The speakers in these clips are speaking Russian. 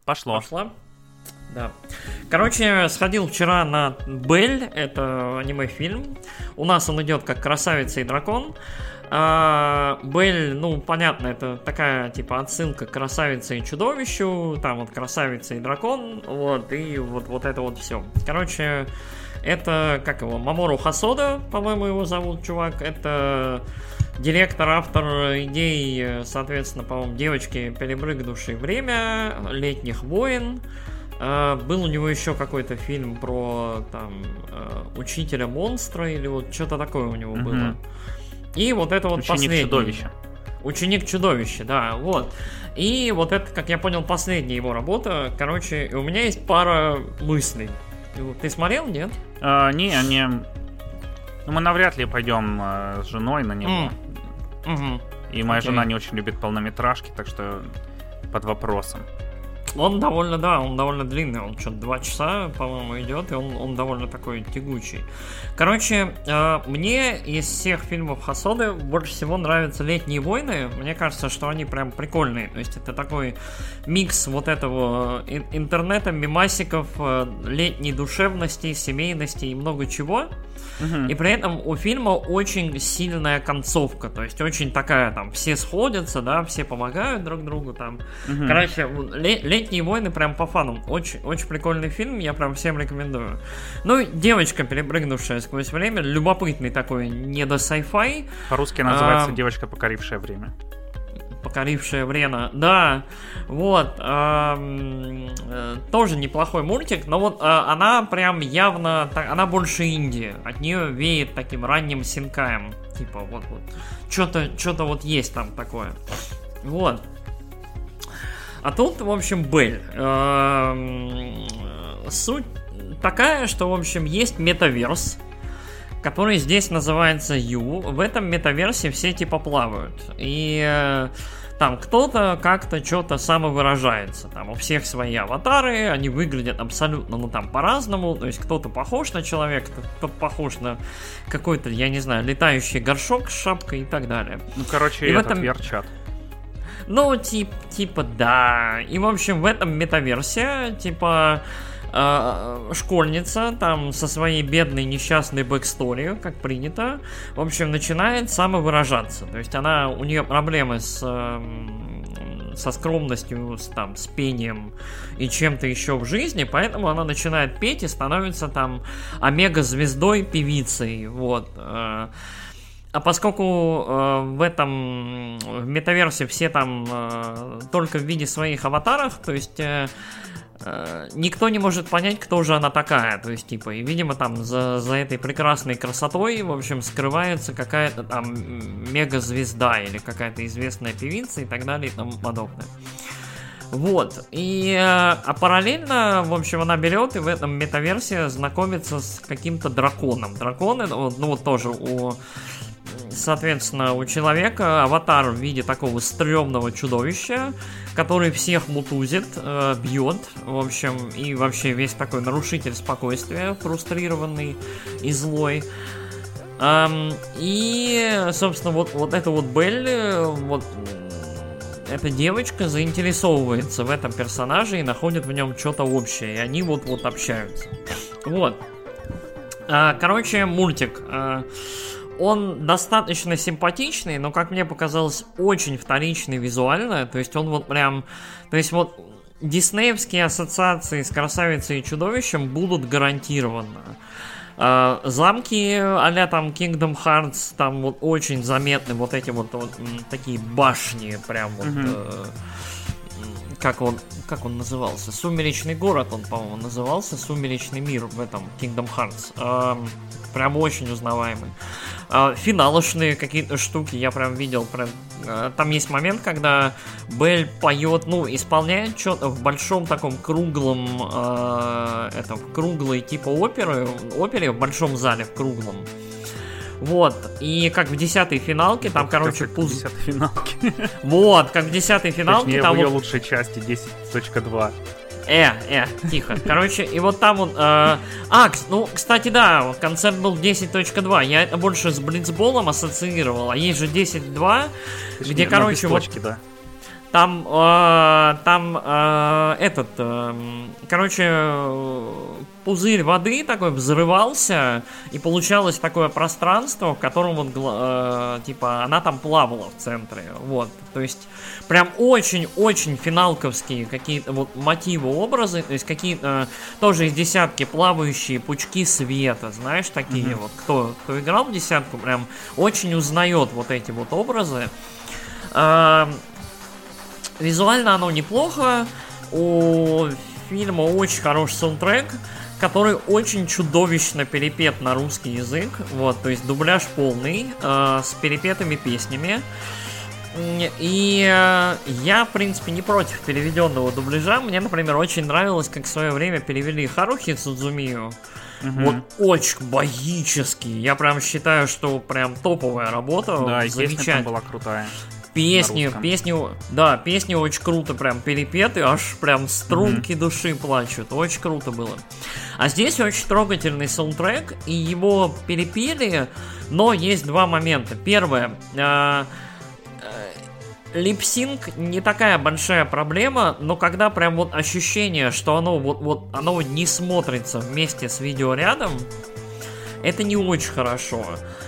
Пошло. Пошла? Да. Короче, сходил вчера на Белль, это аниме-фильм. У нас он идет как «Красавица и дракон». Белль, ну, понятно, это такая, типа, отсылка к «Красавице и чудовищу». Там вот «Красавица и дракон», вот, и вот это вот все. Короче, это, как его, Мамору Хосода, по-моему, его зовут, чувак. Это директор, автор идей, соответственно, по-моему, «Девочки, перепрыгнувшие время», «Летних войн». Был у него еще какой-то фильм про там учителя монстра или вот что-то такое у него было. И вот это вот последний. Ученик чудовища. Ученик чудовища, да, вот. И вот это, как я понял, последняя его работа. Короче, у меня есть пара мыслей. Ты смотрел, нет? Не. Ну, мы навряд ли пойдем с женой на него. И моя жена не очень любит полнометражки, так что под вопросом. Он довольно длинный, он что-то 2 часа, по-моему, идет, и он довольно такой тягучий. Короче, мне из всех фильмов Хосоды больше всего нравятся «Летние войны». Мне кажется, что они прям прикольные. То есть это такой микс вот этого интернета, мемасиков, летней душевности, семейности и много чего. И при этом у фильма очень сильная концовка. То есть очень такая, там, все сходятся, да, все помогают друг другу там. Короче, «Летние войны» прям по фану. Очень, очень прикольный фильм, я прям всем рекомендую. Ну, «Девочка, перепрыгнувшая сквозь время», любопытный такой, не до sci-fi. По-русски называется «Девочка, покорившая время». Покорившее время, да, вот, тоже неплохой мультик, но вот она прям явно, она больше инди, от нее веет таким ранним синкаем, типа вот, что-то вот есть там такое, вот. А тут, в общем, Белль. Суть такая, что, в общем, есть метаверс, который здесь называется Ю. В этом метаверсе все типа плавают. И там кто-то как-то что-то самовыражается. Там у всех свои аватары, они выглядят абсолютно, ну там по-разному. То есть кто-то похож на человека, кто-то похож на какой-то, я не знаю, летающий горшок с шапкой и так далее. Ну, короче, и этот VR-чат. Ну, типа, да. И, в общем, в этом метаверсе, типа, школьница там со своей бедной несчастной бэксторией, как принято, в общем, начинает самовыражаться. То есть у нее проблемы со скромностью, с пением и чем-то еще в жизни, поэтому она начинает петь и становится там омега-звездой, певицей, вот. А поскольку в метаверсе все там только в виде своих аватаров, то есть никто не может понять, кто же она такая. То есть, типа, и, видимо, там за этой прекрасной красотой, в общем, скрывается какая-то там мега-звезда или какая-то известная певица и так далее и тому подобное. Вот. А параллельно, в общем, она берет и в этом метаверсе знакомится с каким-то драконом. Дракон, ну вот тоже соответственно, у человека аватар в виде такого стрёмного чудовища, который всех мутузит, бьет, в общем, и вообще весь такой нарушитель спокойствия, фрустрированный и злой. И, собственно, вот эта вот Белль, вот эта девочка заинтересовывается в этом персонаже и находит в нем что-то общее, и они вот общаются. Вот. Короче, мультик. Он достаточно симпатичный, но, как мне показалось, очень вторичный визуально. То есть он вот прям... То есть вот диснеевские ассоциации с «Красавицей и чудовищем» будут гарантированно. Замки а-ля там Kingdom Hearts, там вот очень заметны вот эти вот такие башни, прям вот... Как он назывался? Сумеречный город он, по-моему, назывался. Сумеречный мир в этом Kingdom Hearts. Прям очень узнаваемый. Финалошные какие-то штуки я прям видел. Там есть момент, когда Белль поет, ну, исполняет что-то в большом таком круглом, круглой типа опере в большом зале, в круглом. Вот, и как в 10-й финалке, там, короче, как в 10-й финалке. Вот, как в 10-й финалке. Точнее, там в ее лучшей части 10.2. Тихо. Короче, и вот там вот... ну, кстати, да, вот концерт был 10.2. Я это больше с Блицболом ассоциировал. А есть же 10.2, где, короче, вот... Точки, да. Пузырь воды такой взрывался, и получалось такое пространство, в котором вот, типа, она там плавала в центре, вот, то есть, прям очень-очень финалковские какие-то вот мотивы, образы, то есть, какие-то тоже из десятки плавающие пучки света, знаешь, такие вот, кто играл в десятку, прям очень узнает вот эти вот образы. Визуально оно неплохо, у фильма очень хороший саундтрек, который очень чудовищно перепет на русский язык, вот, то есть дубляж полный, с перепетыми песнями. И я, в принципе, не против переведенного дубляжа. Мне, например, очень нравилось, как в свое время перевели Харухи Судзумию. Вот очень магический. Я прям считаю, что прям топовая работа. Да, и песня там была крутая. Песни очень круто прям перепеты, аж прям струнки души плачут. Очень круто было. А здесь очень трогательный саундтрек, и его перепели, но есть два момента. Первое, липсинг не такая большая проблема, но когда прям вот ощущение, что оно оно не смотрится вместе с видеорядом, это не очень хорошо.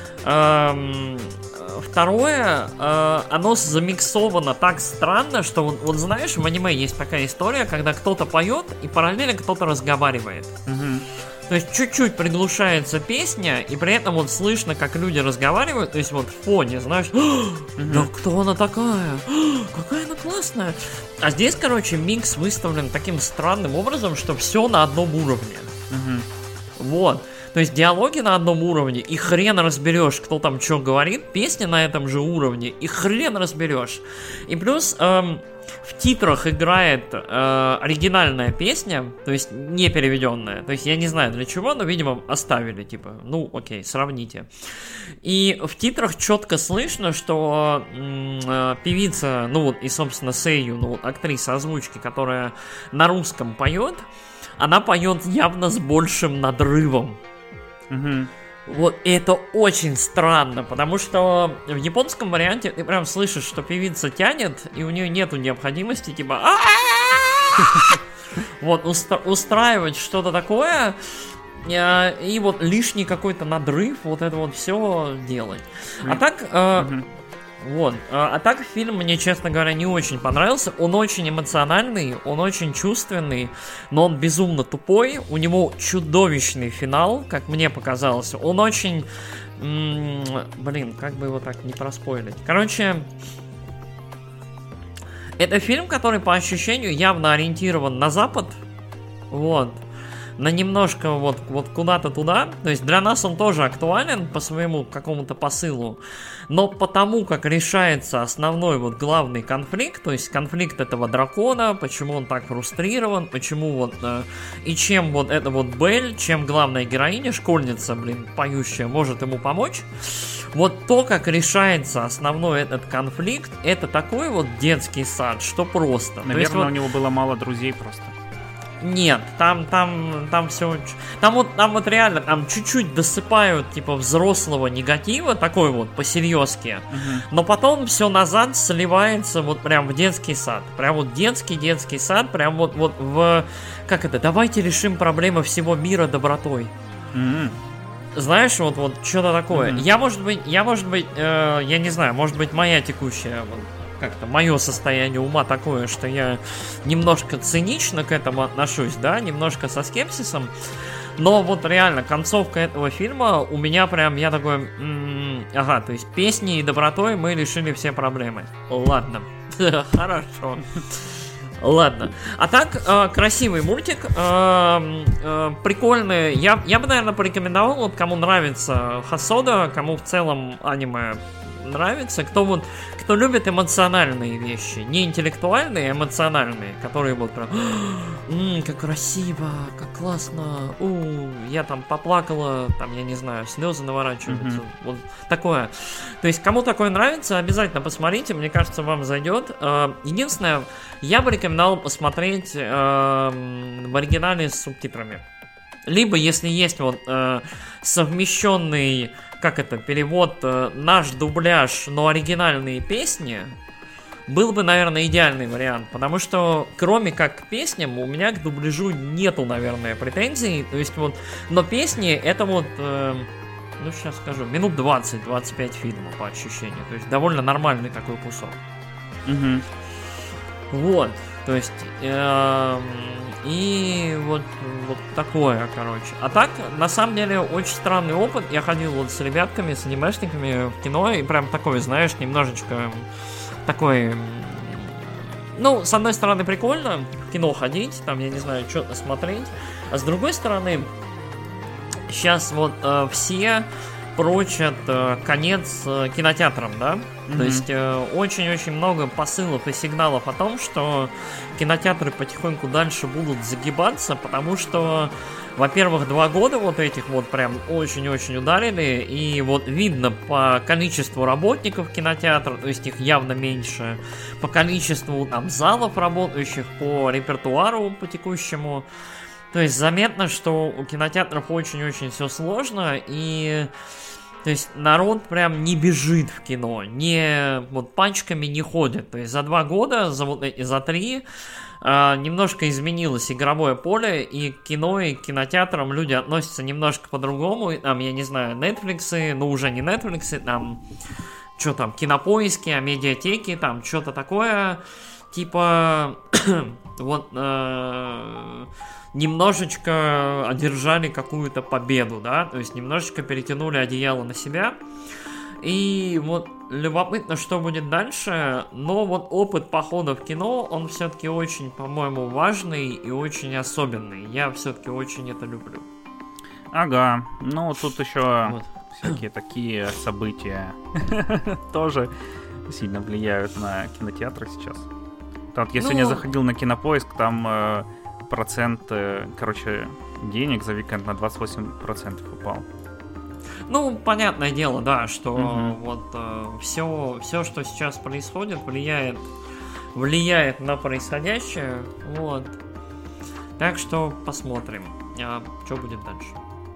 Второе, оно замиксовано так странно, что вот знаешь, в аниме есть такая история, когда кто-то поет и параллельно кто-то разговаривает. То есть чуть-чуть приглушается песня, и при этом вот слышно, как люди разговаривают, то есть вот в фоне, знаешь, да кто она такая? Какая она классная! А здесь, короче, микс выставлен таким странным образом, что все на одном уровне. Вот. То есть диалоги на одном уровне, и хрен разберешь, кто там что говорит, песня на этом же уровне, и хрен разберешь. И плюс в титрах играет оригинальная песня, то есть не переведенная. То есть я не знаю для чего, но, видимо, оставили, типа, ну окей, сравните. И в титрах четко слышно, что певица, ну вот, и, собственно, Сэйю, ну вот, актриса озвучки, которая на русском поет, она поет явно с большим надрывом. Вот это очень странно, потому что в японском варианте ты прям слышишь, что певица тянет, и у нее нету необходимости типа вот устраивать что-то такое, и вот лишний какой-то надрыв, вот это вот все делать. А так... Вот. А так фильм мне, честно говоря, не очень понравился. Он очень эмоциональный, он очень чувственный, но он безумно тупой. У него чудовищный финал, как мне показалось. Он очень... Блин, как бы его так не проспойлить. Короче, это фильм, который по ощущению явно ориентирован на Запад. Вот. На немножко вот куда-то туда. То есть для нас он тоже актуален по своему какому-то посылу. Но потому как решается основной вот главный конфликт, то есть конфликт этого дракона, почему он так фрустрирован, почему вот и чем вот эта вот Белль, чем главная героиня, школьница, поющая, может ему помочь. Вот то, как решается основной этот конфликт, это такой вот детский сад, что просто. Наверное, у него было мало друзей просто. Нет, там все... Там вот реально, там чуть-чуть досыпают, типа, взрослого негатива, такой вот, по-серьезки. Но потом все назад сливается вот прям в детский сад. Прям вот детский сад, прям вот в... Как это? Давайте решим проблемы всего мира добротой. Знаешь, вот что-то такое. Я, может быть, я не знаю, может быть, моя текущая... как-то мое состояние ума такое, что я немножко цинично к этому отношусь, да, немножко со скепсисом, но вот реально концовка этого фильма у меня прям, я такой, ага, то есть песней и добротой мы решили все проблемы. Ладно, хорошо. Ладно. А так, красивый мультик, прикольный. Я бы, наверное, порекомендовал, вот кому нравится Хосода, кому в целом аниме нравится, кто любит эмоциональные вещи, не интеллектуальные, а эмоциональные, которые вот прям, как красиво, как классно, я там поплакала, там, я не знаю, слезы наворачиваются, вот такое. То есть, кому такое нравится, обязательно посмотрите, мне кажется, вам зайдет. Единственное, я бы рекомендовал посмотреть в оригинале с субтитрами. Либо, если есть вот совмещенный, как это, перевод, наш дубляж, но оригинальные песни, был бы, наверное, идеальный вариант, потому что кроме как к песням у меня к дубляжу нету, наверное, претензий, то есть вот, но песни это вот, ну сейчас скажу, минут 20-25 фильма по ощущению, то есть довольно нормальный такой кусок. Вот, то есть, и вот такое, короче. А так, на самом деле, очень странный опыт. Я ходил вот с ребятками, с анимешниками в кино, и прям такой, знаешь, немножечко такой... Ну, с одной стороны, прикольно в кино ходить, там, я не знаю, что-то смотреть, а с другой стороны, сейчас вот все прочат конец кинотеатрам, да? То есть очень-очень много посылов и сигналов о том, что кинотеатры потихоньку дальше будут загибаться, потому что, во-первых, 2 года вот этих вот прям очень-очень ударили, и вот видно по количеству работников кинотеатра, то есть их явно меньше, по количеству там залов работающих, по репертуару по текущему. То есть заметно, что у кинотеатров очень-очень все сложно, и то есть народ прям не бежит в кино, не вот пачками не ходит. То есть за 2 года, за 3 немножко изменилось игровое поле, и к кино, и к кинотеатрам люди относятся немножко по-другому. Там, я не знаю, Netflix, ну уже не Netflix, там, что там, Кинопоиски, медиатеки, там, что-то такое, типа, вот, немножечко одержали какую-то победу, да, то есть немножечко перетянули одеяло на себя. И вот любопытно, что будет дальше, но вот опыт похода в кино, он все-таки очень, по-моему, важный и очень особенный. Я все-таки очень это люблю. Ага, ну тут еще всякие такие события тоже сильно влияют на кинотеатры сейчас. Вот я сегодня заходил на Кинопоиск, там процент, короче, денег за уикенд на 28% упал. Ну, понятное дело, да, что вот все, что сейчас происходит, влияет на происходящее, вот. Так что посмотрим, что будет дальше.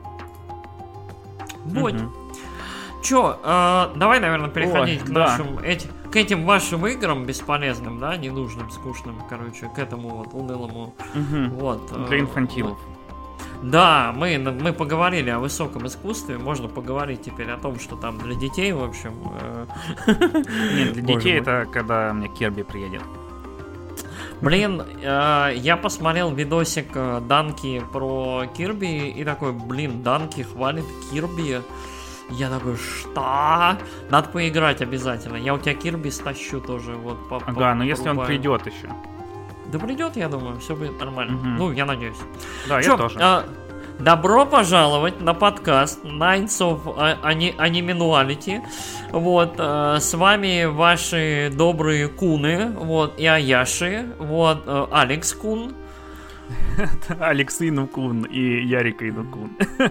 Вот. Чё, давай, наверное, переходить к нашим к этим вашим играм бесполезным, да, ненужным, скучным, короче, к этому вот унылому. Вот. Для инфантилов. Да, мы поговорили о высоком искусстве, можно поговорить теперь о том, что там для детей, в общем. Нет, для детей это когда мне Кирби приедет. Блин, я посмотрел видосик Данки про Кирби и такой, блин, Данки хвалит Кирби. Я такой, что? Надо поиграть обязательно. Я у тебя Кирби стащу тоже. Вот, ага, но если он придет еще. Да придет, я думаю, все будет нормально. Ну, я надеюсь. Да, я тоже. Добро пожаловать на подкаст Nights of Animanuality. Вот, с вами ваши добрые куны, вот, и Аяши, вот, Алекс Кун. Алекс Инукун и Ярик Инукун.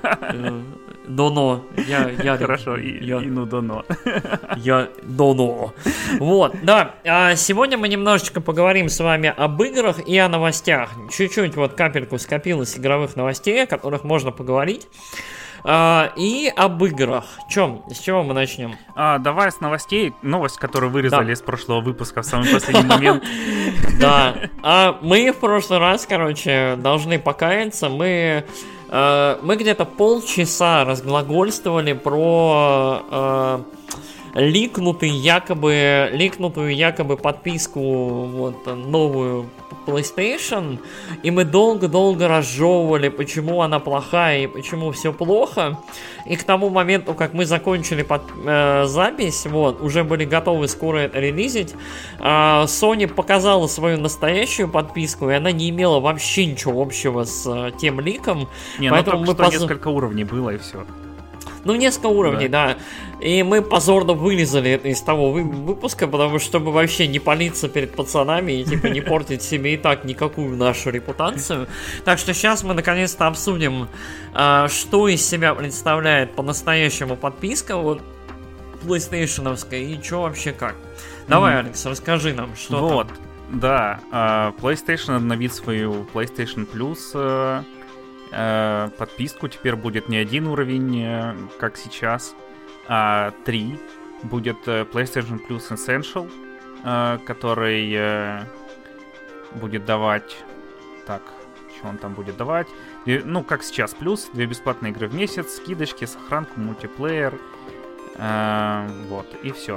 Доно. Я Хорошо, Ину Доно. Я Доно. Вот, да. Сегодня мы немножечко поговорим с вами об играх и о новостях. Чуть-чуть вот капельку скопилось игровых новостей, о которых можно поговорить. И об играх. С чего мы начнем? Давай с новостей. Новость, которую вырезали из прошлого выпуска в самый последний момент. Да. Мы в прошлый раз, короче, должны покаяться. Мы где-то полчаса разглагольствовали про ликнутую якобы подписку вот, новую PlayStation, и мы долго-долго разжевывали, почему она плохая и почему все плохо. И к тому моменту, как мы закончили запись, вот, уже были готовы скоро это релизить, Sony показала свою настоящую подписку, и она не имела вообще ничего общего с тем ликом. Поэтому ну, только что несколько уровней было, и все. Ну, несколько уровней, да. И мы позорно вылезали это из того выпуска, потому что, чтобы вообще не палиться перед пацанами и, типа, не портить себе и так никакую нашу репутацию. Так что сейчас мы, наконец-то, обсудим, что из себя представляет по-настоящему подписка, вот, PlayStation-овская, и что вообще как. Давай, Алекс, расскажи нам, что вот, там. Да, PlayStation обновит свою PlayStation Plus подписку. Теперь будет не 1 уровень, как сейчас, а 3. Будет PlayStation Plus Essential, который будет давать... Так, что он там будет давать? Ну, как сейчас, плюс 2 бесплатные игры в месяц, скидочки, сохранку, мультиплеер. Вот, и все.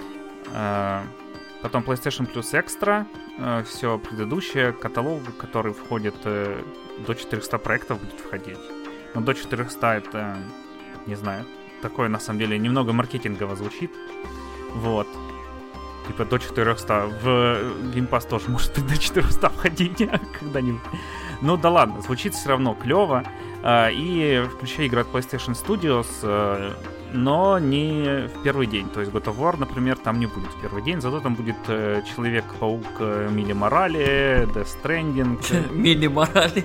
Потом PlayStation Plus Extra. Все предыдущее, каталог, который входит до 400 проектов, будет входить. Но до 400 это, не знаю, такое на самом деле немного маркетингово звучит. Вот. Типа до 400. В Game Pass тоже может до 400 входить когда-нибудь. Ну да ладно, звучит все равно клево. И включая игры от PlayStation Studios, но не в первый день. То есть God of War, например, там не будет в первый день. Зато там будет Человек-паук Милли Морали, Death Stranding. Милли Морали.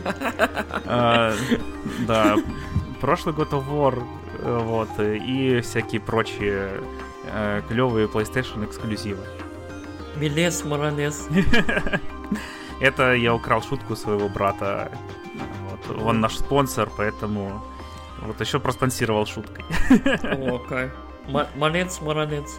Да, прошлый God of War, вот, и всякие прочие клевые PlayStation эксклюзивы. Милес Моралес. Это я украл шутку своего брата. Вот. Он наш спонсор, поэтому вот еще проспонсировал шуткой. О, кайф. Молец, Моралец.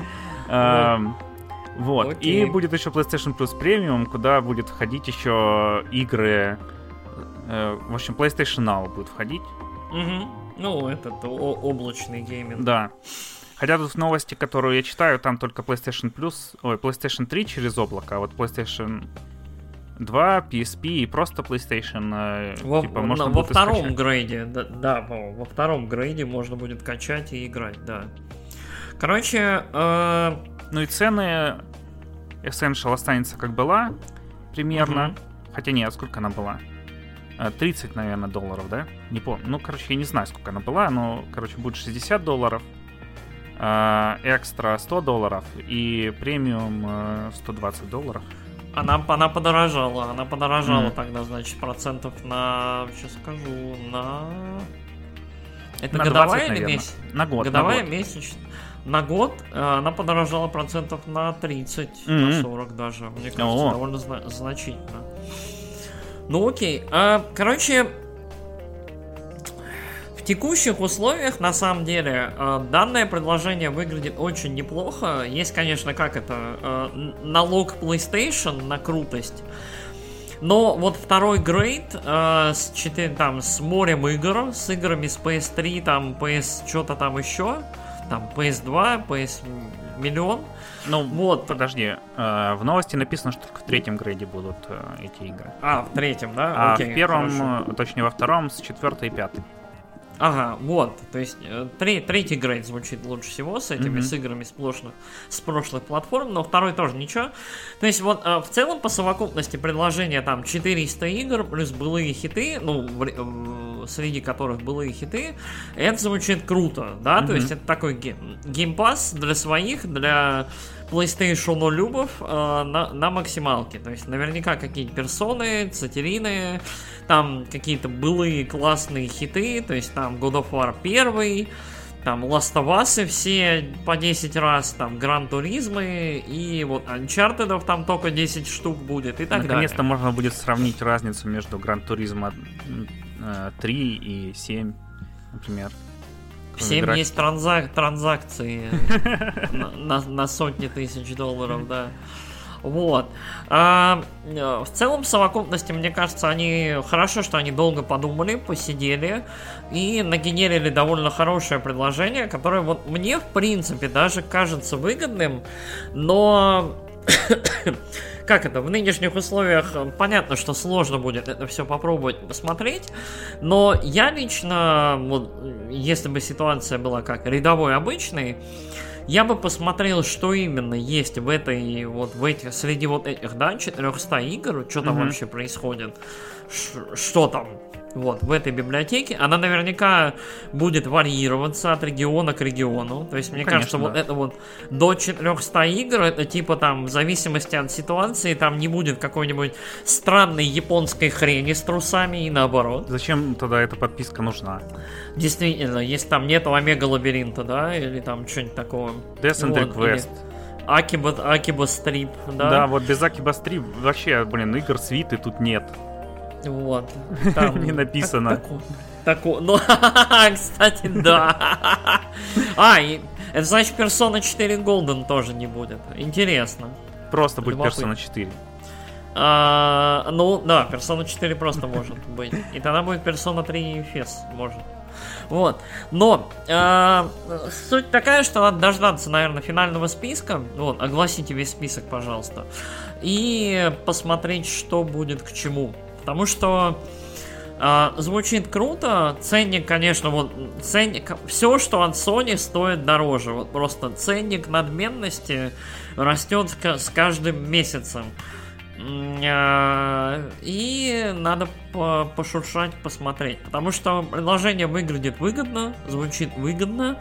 Вот. И будет еще PlayStation Plus Premium, куда будет входить еще игры. В общем, PlayStation Now будет входить. Ну, этот облачный гейминг. Да. Хотя тут в новости, которую я читаю, там только PlayStation Plus, PlayStation 3 через облако, а вот PlayStation 2, PSP и просто PlayStation типа, можно во будет втором скачать. грейде, да, во втором грейде можно будет качать и играть, да. Короче, ну и цены Essential останется как была, примерно. Хотя нет, сколько она была? 30, наверное, долларов, да? Не помню. Ну, короче, я не знаю, сколько она была, но, короче, будет $60, экстра $100 и премиум $120. Она подорожала тогда, значит, процентов на, сейчас скажу, на... Это на годовая 20, или месяц? На год. Годовая, месячная. На год она подорожала процентов на 30, на 40 даже. Мне кажется, довольно значительно. Ну окей. Короче, в текущих условиях, на самом деле, данное предложение выглядит очень неплохо. Есть, конечно, налог PlayStation на крутость. Но вот второй грейд с морем игр, с играми с PS3, там PS что-то там еще, там PS2, PS миллион. Ну, вот, подожди, в новости написано, что только в третьем грейде будут эти игры. В третьем, да? А окей, в первом, хорошо. точнее во втором, с 4 и 5. Ага, вот, то есть третий грейд звучит лучше всего с этими, с играми с прошлых платформ, но второй тоже ничего. То есть вот в целом по совокупности предложения там 400 игр плюс былые хиты, ну, среди которых былые хиты, это звучит круто, да, то есть это такой геймпасс для своих, для PlayStation любов на максималке. То есть наверняка какие-то персоны, цатерины, там какие-то былые классные хиты, то есть там God of War 1, там Last of Us все по 10 раз, там Gran Turismo и вот Uncharted там только 10 штук будет и так далее. Наконец-то можно будет сравнить разницу между Gran Turismo 3 и 7, например. В 7 есть транзакции на сотни тысяч долларов, да. Вот. В целом, в совокупности, мне кажется, хорошо, что они долго подумали, посидели и нагенерили довольно хорошее предложение, которое вот мне, в принципе, даже кажется выгодным, но... в нынешних условиях понятно, что сложно будет это все попробовать посмотреть, но я лично, вот, если бы ситуация была как рядовой обычный, я бы посмотрел, что именно есть среди вот этих, да, 400 игр, что там вообще происходит, что там. Вот, в этой библиотеке она наверняка будет варьироваться от региона к региону. То есть, мне кажется, вот это вот до 400 игр, это типа там, в зависимости от ситуации, там не будет какой-нибудь странной японской хрени с трусами и наоборот. Зачем тогда эта подписка нужна? Действительно, если там нету омега-лабиринта, да, или там что-нибудь такого. Death and Request. Акиба Стрип, да? Да, вот без Акиба Стрип вообще, игр свиты тут нет. Вот. Не написано. Ну, кстати, да. Это значит, Persona 4 Golden тоже не будет. Интересно. просто будет Persona 4? Ну, да, Persona 4 просто может быть. И тогда будет Persona 3 FES, может. Вот. Но суть такая, что надо дождаться, наверное, финального списка. Вот, огласите весь список, пожалуйста. И посмотреть, что будет к чему. Потому что звучит круто. Ценник, конечно, вот ценник. Все, что от Sony, стоит дороже. Вот просто ценник надменности растет с каждым месяцем. И надо пошуршать, посмотреть. Потому что предложение выглядит выгодно, звучит выгодно.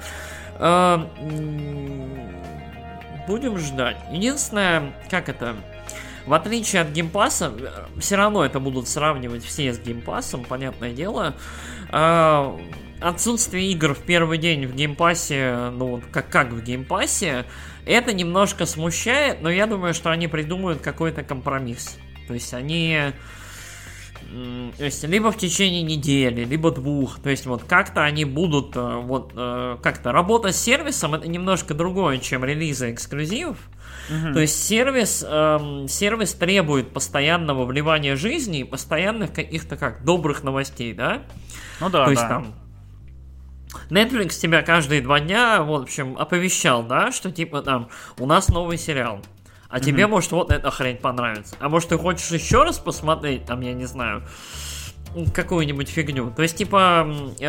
Будем ждать. Единственное, как это... В отличие от геймпасса, все равно это будут сравнивать все с геймпассом, понятное дело. Отсутствие игр в первый день в геймпассе, ну, как в геймпассе, это немножко смущает, но я думаю, что они придумают какой-то компромисс. То есть они... То есть либо в течение недели, либо 2. То есть вот как-то они будут... как-то работа с сервисом, это немножко другое, чем релизы эксклюзивов. То есть сервис требует постоянного вливания жизни и постоянных каких-то добрых новостей, да? Ну да, то есть там Netflix тебя каждые 2 дня, в общем, оповещал, да, что типа там у нас новый сериал. А тебе, может, вот эта хрень понравится. А может, ты хочешь еще раз посмотреть, там, я не знаю, какую-нибудь фигню. То есть, типа,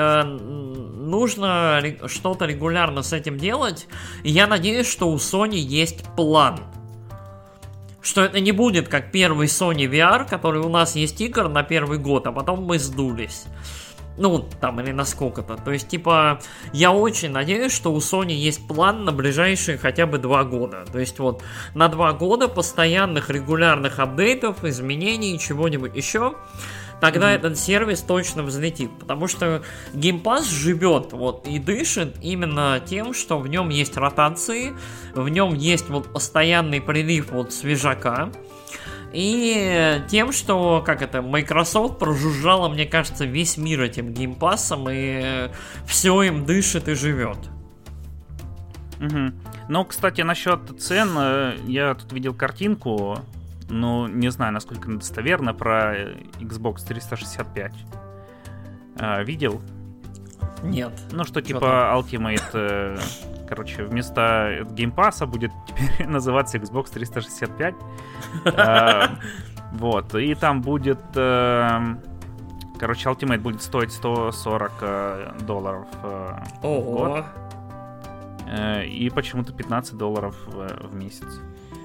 нужно что-то регулярно с этим делать. И я надеюсь, что у Sony есть план. Что это не будет как первый Sony VR, который у нас есть игр на первый год, а потом мы сдулись. Ну, там, или на сколько-то. То есть, типа, я очень надеюсь, что у Sony есть план на ближайшие хотя бы 2 года. То есть, вот, на 2 года постоянных регулярных апдейтов, изменений, чего-нибудь еще. Тогда этот сервис точно взлетит. Потому что Game Pass живет вот, и дышит именно тем, что в нем есть ротации, в нем есть вот постоянный прилив вот свежака. И тем, что, Microsoft прожужжала, мне кажется, весь мир этим геймпассом, и все им дышит и живет. Ну, кстати, насчет цен, я тут видел картинку, ну, не знаю, насколько она достоверна, про Xbox 365. Видел? Нет. Ну, что типа Ultimate, вместо геймпасса будет теперь называться Xbox 365. Вот, и там будет... Ultimate будет стоить $140 в год. И почему-то $15 в месяц.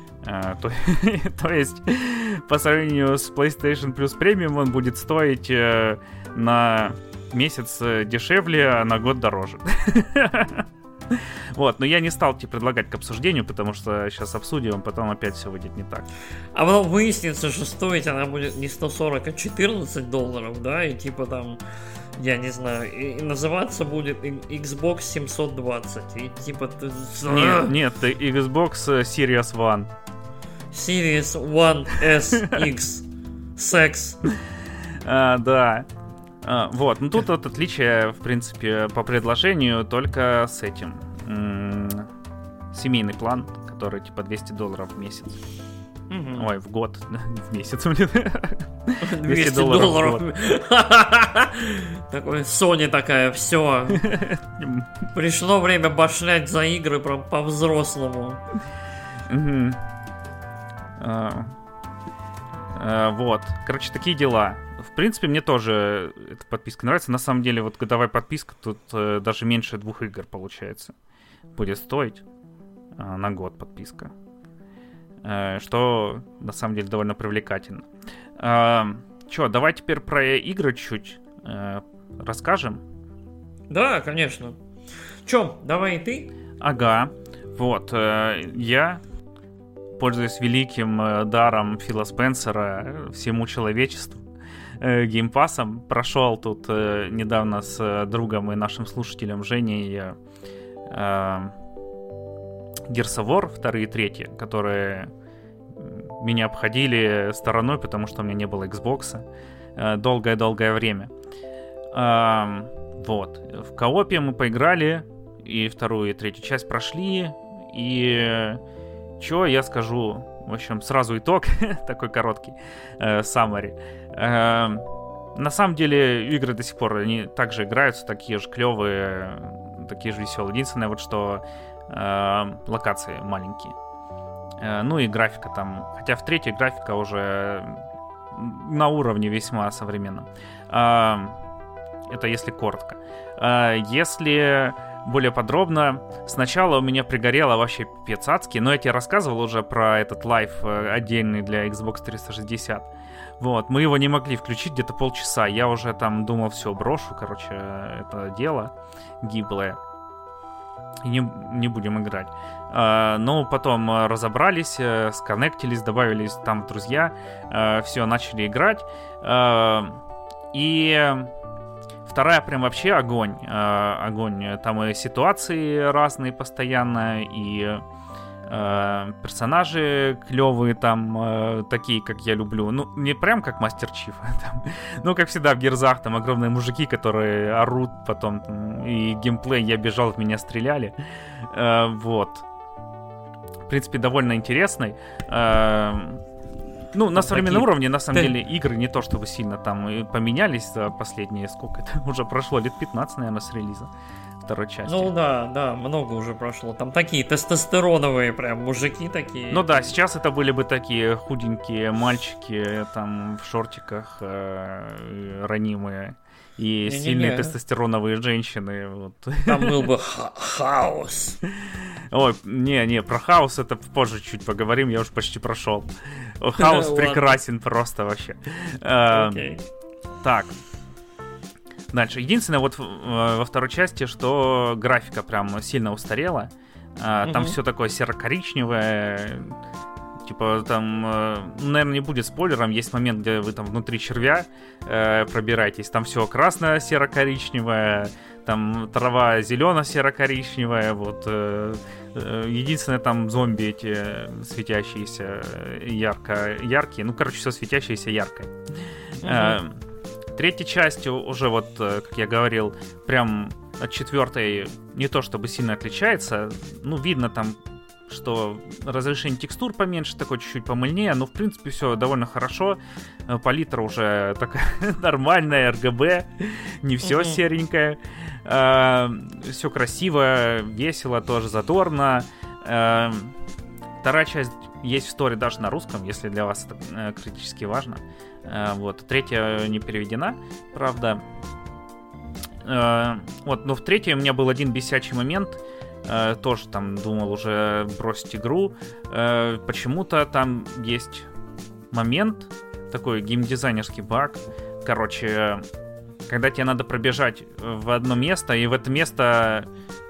То есть, по сравнению с PlayStation Plus Premium, он будет стоить на месяц дешевле, а на год дороже. Вот, но я не стал тебе предлагать к обсуждению, потому что сейчас обсудим, а потом опять все выйдет не так. А потом выяснится, что стоить она будет не 140, а $14, да, и типа там, я не знаю, и называться будет Xbox 720, и типа... Нет, Xbox Series One. Series One SX. Секс. Да. Вот, ну тут вот отличие, в принципе, по предложению только с этим. Семейный план, который типа $200 в месяц. Ой, в год. В месяц, блин. $200 Такой Sony такая, все. Пришло время башлять за игры по-взрослому. Вот. Короче, такие дела. В принципе, мне тоже эта подписка нравится. На самом деле, вот годовая подписка тут даже меньше 2 игр получается. Будет стоить на год подписка. Что на самом деле довольно привлекательно. Давай теперь про игры чуть расскажем. Да, конечно. Чё, давай и ты? Ага. Вот. Я, пользуясь великим даром Фила Спенсера всему человечеству, геймпассом, прошел тут недавно с другом и нашим слушателем Женей Gears of War 2 и 3, которые меня обходили стороной, потому что у меня не было Xbox долгое-долгое время. Вот. В коопе мы поиграли, и 2 и 3 часть прошли, и чё я скажу? В общем, сразу итог, такой короткий, summary. На самом деле, игры до сих пор, они также играются, такие же клевые, такие же веселые. Единственное, вот что локации маленькие. Ну и графика там, хотя в третьей графика уже на уровне весьма современном. Это если коротко. Если более подробно, сначала у меня пригорело вообще пипец адский, но я тебе рассказывал уже про этот лайв отдельный для Xbox 360. Вот, мы его не могли включить где-то полчаса, я уже там думал, все, брошу, короче, это дело гиблое. И не будем играть. Но потом разобрались, сконнектились, добавились там друзья, все, начали играть. И вторая прям вообще огонь. Огонь. Там и ситуации разные постоянно, и персонажи клевые там, такие, как я люблю. Ну, не прям как Мастер Чиф. Ну, как всегда в Герзах, там огромные мужики, которые орут потом. И геймплей, я бежал, в меня стреляли. Вот. В принципе, довольно интересный. Ну, на современном уровне, на самом деле, игры не то чтобы сильно там и поменялись за последние, сколько это уже прошло, лет 15, наверное, с релиза второй части. Ну да, много уже прошло. Там такие тестостероновые прям мужики такие. Ну да, сейчас это были бы такие худенькие мальчики там в шортиках, ранимые. И сильные тестостероновые женщины. Вот. Там был бы хаос. Ой, не, про хаос это позже чуть поговорим, я уже почти прошел. Хаос прекрасен просто вообще. Так. Дальше. Единственное, вот во второй части, что графика прям сильно устарела. Там все такое серо-коричневое. Типа там, наверное, не будет спойлером, есть момент, где вы там внутри червя пробираетесь, там все красно-серо-коричневое, там трава зелено-серо-коричневая, вот. Единственное, там зомби эти светящиеся, яркие, ну, короче, все светящееся яркое. Третья часть уже, вот, как я говорил, прям от четвертой не то чтобы сильно отличается, ну, видно там, что разрешение текстур поменьше, такое чуть-чуть помыльнее, но в принципе все довольно хорошо. Палитра уже такая нормальная, RGB, не все серенькое. Все красиво, весело, тоже задорно. Вторая часть есть в сторе даже на русском, если для вас это критически важно. Вот. Третья не переведена, правда. Вот, но в третьей у меня был один бесячий момент. Тоже там думал уже бросить игру. Почему-то там есть момент, такой геймдизайнерский баг. Короче, когда тебе надо пробежать в одно место, и в это место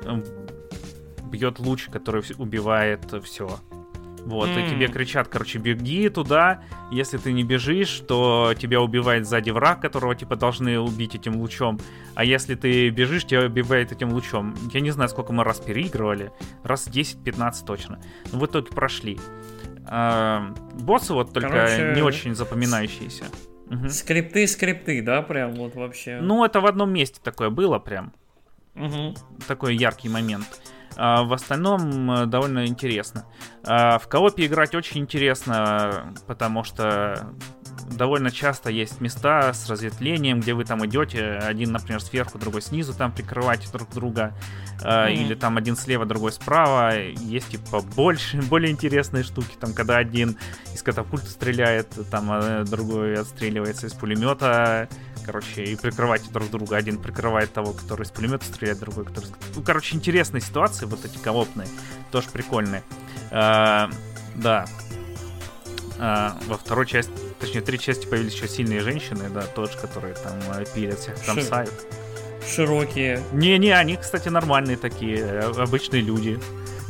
бьет луч, который убивает все. Вот, и тебе кричат, короче, беги туда. Если ты не бежишь, то тебя убивает сзади враг, которого типа должны убить этим лучом. А если ты бежишь, тебя убивает этим лучом. Я не знаю, сколько мы раз переигрывали. Раз 10-15 точно. Но в итоге прошли. Боссы вот только не очень запоминающиеся. Скрипты, да, прям вот вообще. Ну, это в одном месте такое было прям. Такой яркий момент. В остальном довольно интересно. В коопе играть очень интересно, потому что довольно часто есть места с разветвлением, где вы там идете, один, например, сверху, другой снизу, там прикрываете друг друга, или там один слева, другой справа. Есть типа более интересные штуки, там, когда один из катапульта стреляет, там другой отстреливается из пулемета. Короче, и прикрывайте друг друга. Один прикрывает того, который из пулемета стреляет, другой, который... Ну, короче, интересные ситуации, вот эти коопные, тоже прикольные. Да. Во второй части, точнее, в третьей части появились еще сильные женщины, да, тоже, которые там пилят, всех кромсают. Широкие. Не, они, кстати, нормальные такие, обычные люди.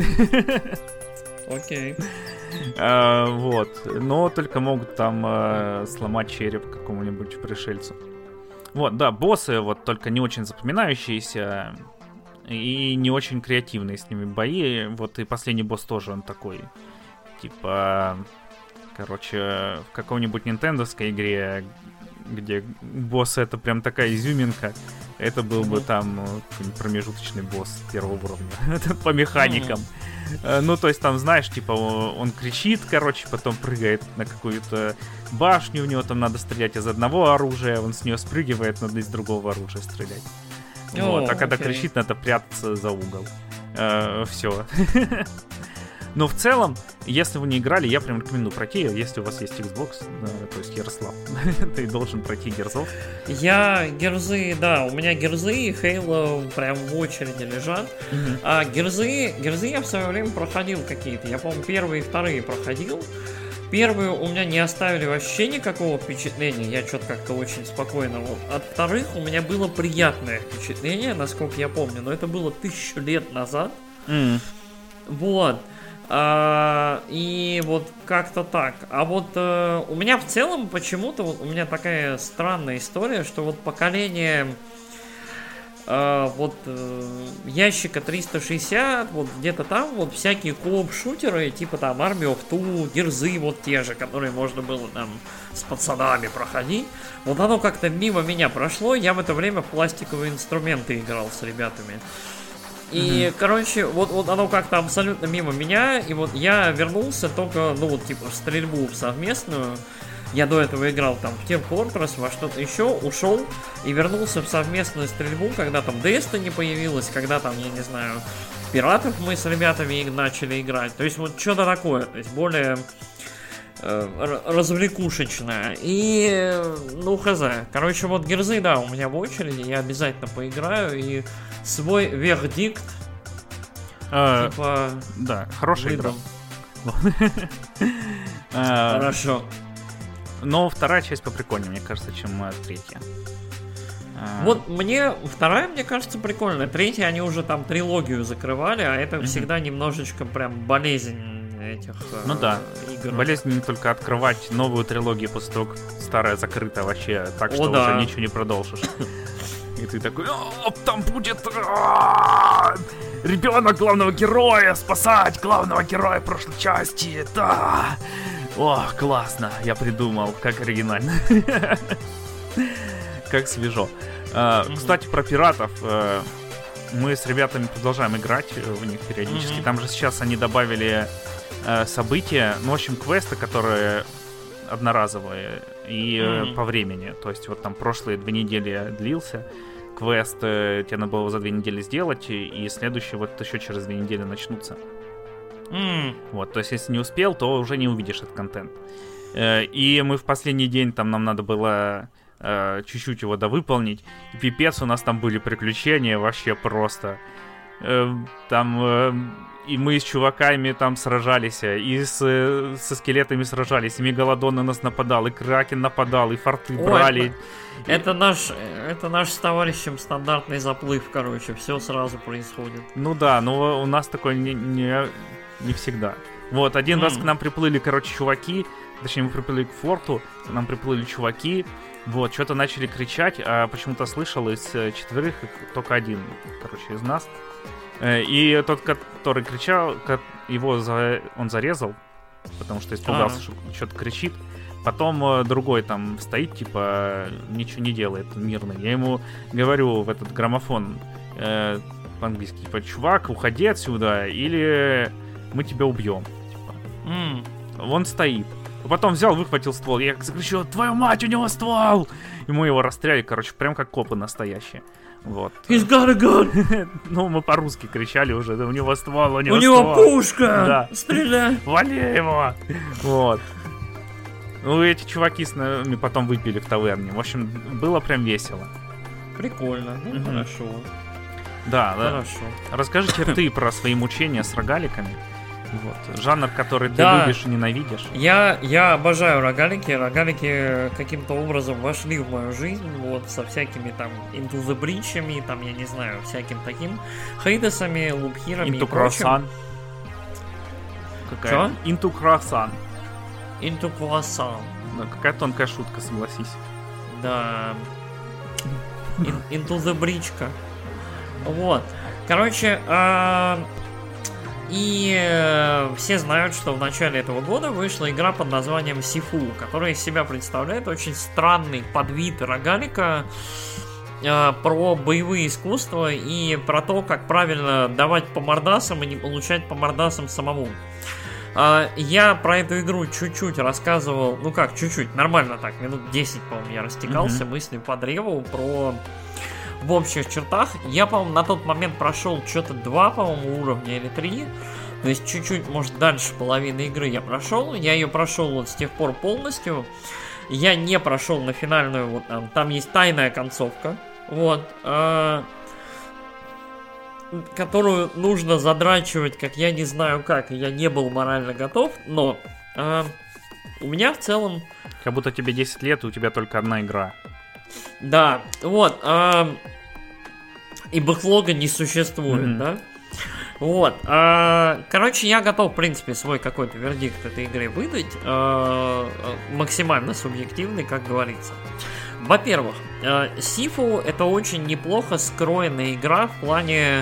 Окей. Вот. Но только могут там сломать череп какому-нибудь пришельцу. Вот, да, боссы вот только не очень запоминающиеся и не очень креативные с ними бои. Вот и последний босс тоже он такой, типа, короче, в какой-нибудь нинтендовской игре, где боссы это прям такая изюминка, это был бы там промежуточный босс первого уровня по механикам. Ну, то есть там, знаешь, типа он кричит, короче, потом прыгает на какую-то башню, у него там надо стрелять из одного оружия, он с нее спрыгивает, надо из другого оружия стрелять. Вот, а когда кричит, надо прятаться за угол. Все. Но в целом, если вы не играли, я прям рекомендую пройти, если у вас есть Xbox, то есть Ярослав, ты должен пройти Герзов. Я Герзы, да, у меня Герзы и Halo прям в очереди лежат. А Герзы я в свое время проходил какие-то, я, по-моему, первые и вторые проходил. Первые у меня не оставили вообще никакого впечатления, я что-то как-то очень спокойно. Вот. От вторых у меня было приятное впечатление, насколько я помню, но это было 1000 лет назад. Вот. И вот как-то так. А вот у меня в целом почему-то вот у меня такая странная история, что вот поколение ящика 360, вот где-то там вот всякие кооп-шутеры, типа там Army of Two, Герзы вот те же, которые можно было там с пацанами проходить. Вот оно как-то мимо меня прошло, я в это время в пластиковые инструменты играл с ребятами. И, короче, вот оно как-то абсолютно мимо меня, и вот я вернулся только, ну вот, типа, в стрельбу в совместную. Я до этого играл там в Team Fortress, во что-то еще, ушел и вернулся в совместную стрельбу, когда там Destiny появилась, когда там, я не знаю, в Пиратов мы с ребятами начали играть. То есть вот что-то такое, то есть более развлекушечное. И, ну, хз. Короче, вот Герзы, да, у меня в очереди, я обязательно поиграю, и свой вердикт типа... Да, хорошая игра. Хорошо. Но вторая часть поприкольнее, мне кажется, чем третья. Вот мне вторая, мне кажется, прикольная. Третья, они уже там трилогию закрывали, а это всегда немножечко прям болезнь этих игр. Болезнь не только открывать новую трилогию после того, как старая закрыта вообще, так что уже ничего не продолжишь. И ты такой, там будет ребенок главного героя спасать главного героя прошлой части, да. О, классно, я придумал, как оригинально. Как свежо. Кстати, про пиратов. Мы с ребятами продолжаем играть в них периодически. Там же сейчас они добавили события, ну, в общем, квесты, которые одноразовые и по времени. То есть вот там прошлые 2 недели длился квест, тебе надо было за 2 недели сделать, и следующие вот еще через 2 недели начнутся. Вот, то есть если не успел, то уже не увидишь этот контент. И мы в последний день, там нам надо было чуть-чуть его довыполнить. И пипец, у нас там были приключения вообще просто. Там и мы с чуваками там сражались, и со скелетами сражались, и Мегалодон на нас нападал, и Кракен нападал, и форты брали. Это наш с товарищем стандартный заплыв, короче, все сразу происходит. Ну да, но у нас такое не всегда. Вот, один раз к нам приплыли, короче, чуваки, точнее, мы приплыли к форту, к нам приплыли чуваки, вот, что-то начали кричать, а почему-то слышал из 4 только один, короче, из нас. И тот, который кричал, он зарезал, потому что испугался, что что-то кричит. Потом другой там стоит, типа, ничего не делает, мирный. Я ему говорю в этот граммофон по-английски, типа, чувак, уходи отсюда, или мы тебя убьем. Типа. Он стоит. Потом взял, выхватил ствол. Я закричал, твою мать, у него ствол! И мы его расстреляли, короче, прям как копы настоящие. Вот. He's got a gun! Ну, мы по-русски кричали уже, да, у него ствол, у него ствол. У него пушка! Да. Стреляй! Вали его! Вот. Ну, эти чуваки с нами потом выпили в таверне. В общем, было прям весело. Прикольно, ну, хорошо. Да, хорошо. Расскажите ты про свои мучения с рогаликами. Вот. Жанр, который ты любишь и ненавидишь. Я обожаю рогалики. Рогалики каким-то образом вошли в мою жизнь, вот, со всякими там Into the Breach'ами, там, я не знаю, всяким таким Хейдесами, лупхирами и прочим. Какая? Into Croissant. Into Croissant. Да, какая тонкая шутка, согласись. Да. Into the Breach'ка. Вот. Короче, и все знают, что в начале этого года вышла игра под названием Сифу, которая из себя представляет очень странный подвид рогалика. про боевые искусства и про то, как правильно давать по мордасам и не получать по мордасам самому. Я про эту игру чуть-чуть рассказывал, ну как, чуть-чуть, нормально так, минут 10, по-моему, я растекался мыслью по древу про... В общих чертах, я, по-моему, на тот момент прошел что-то 2, по-моему, уровня или 3. То есть чуть-чуть, может, дальше половины игры я прошел. Я ее прошел вот с тех пор полностью. Я не прошел на финальную, вот там есть тайная концовка, вот, которую нужно задрачивать, как я не знаю как, я не был морально готов, но у меня в целом... Как будто тебе 10 лет, и у тебя только одна игра. Да, вот, и бэклога не существует, да? Вот, короче, я готов, в принципе, свой какой-то вердикт этой игры выдать, максимально субъективный, как говорится. Во-первых, Сифу это очень неплохо скроенная игра в плане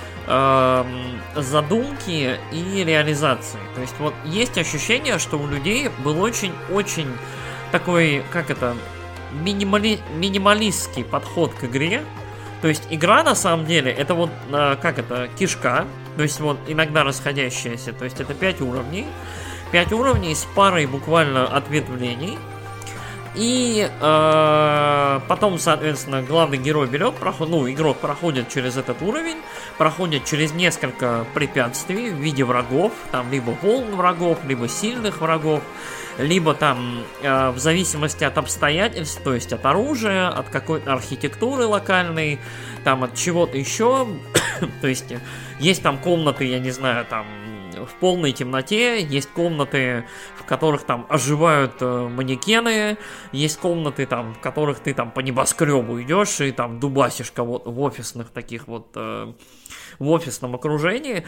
задумки и реализации. То есть вот есть ощущение, что у людей был очень-очень такой, как это, минималистский подход к игре. То есть игра на самом деле это вот, как это, кишка, то есть вот иногда расходящаяся, то есть это 5 уровней. 5 уровней с парой буквально ответвлений. И потом, соответственно, главный герой берет, игрок проходит через этот уровень, проходит через несколько препятствий в виде врагов, там либо волн врагов, либо сильных врагов, либо там в зависимости от обстоятельств, то есть от оружия, от какой-то архитектуры локальной, там от чего-то еще, то есть там комнаты, я не знаю, там в полной темноте, есть комнаты, в которых там оживают манекены, есть комнаты, там, в которых ты там по небоскребу идешь и там дубасишь кого-то в офисных таких вот, в офисном окружении.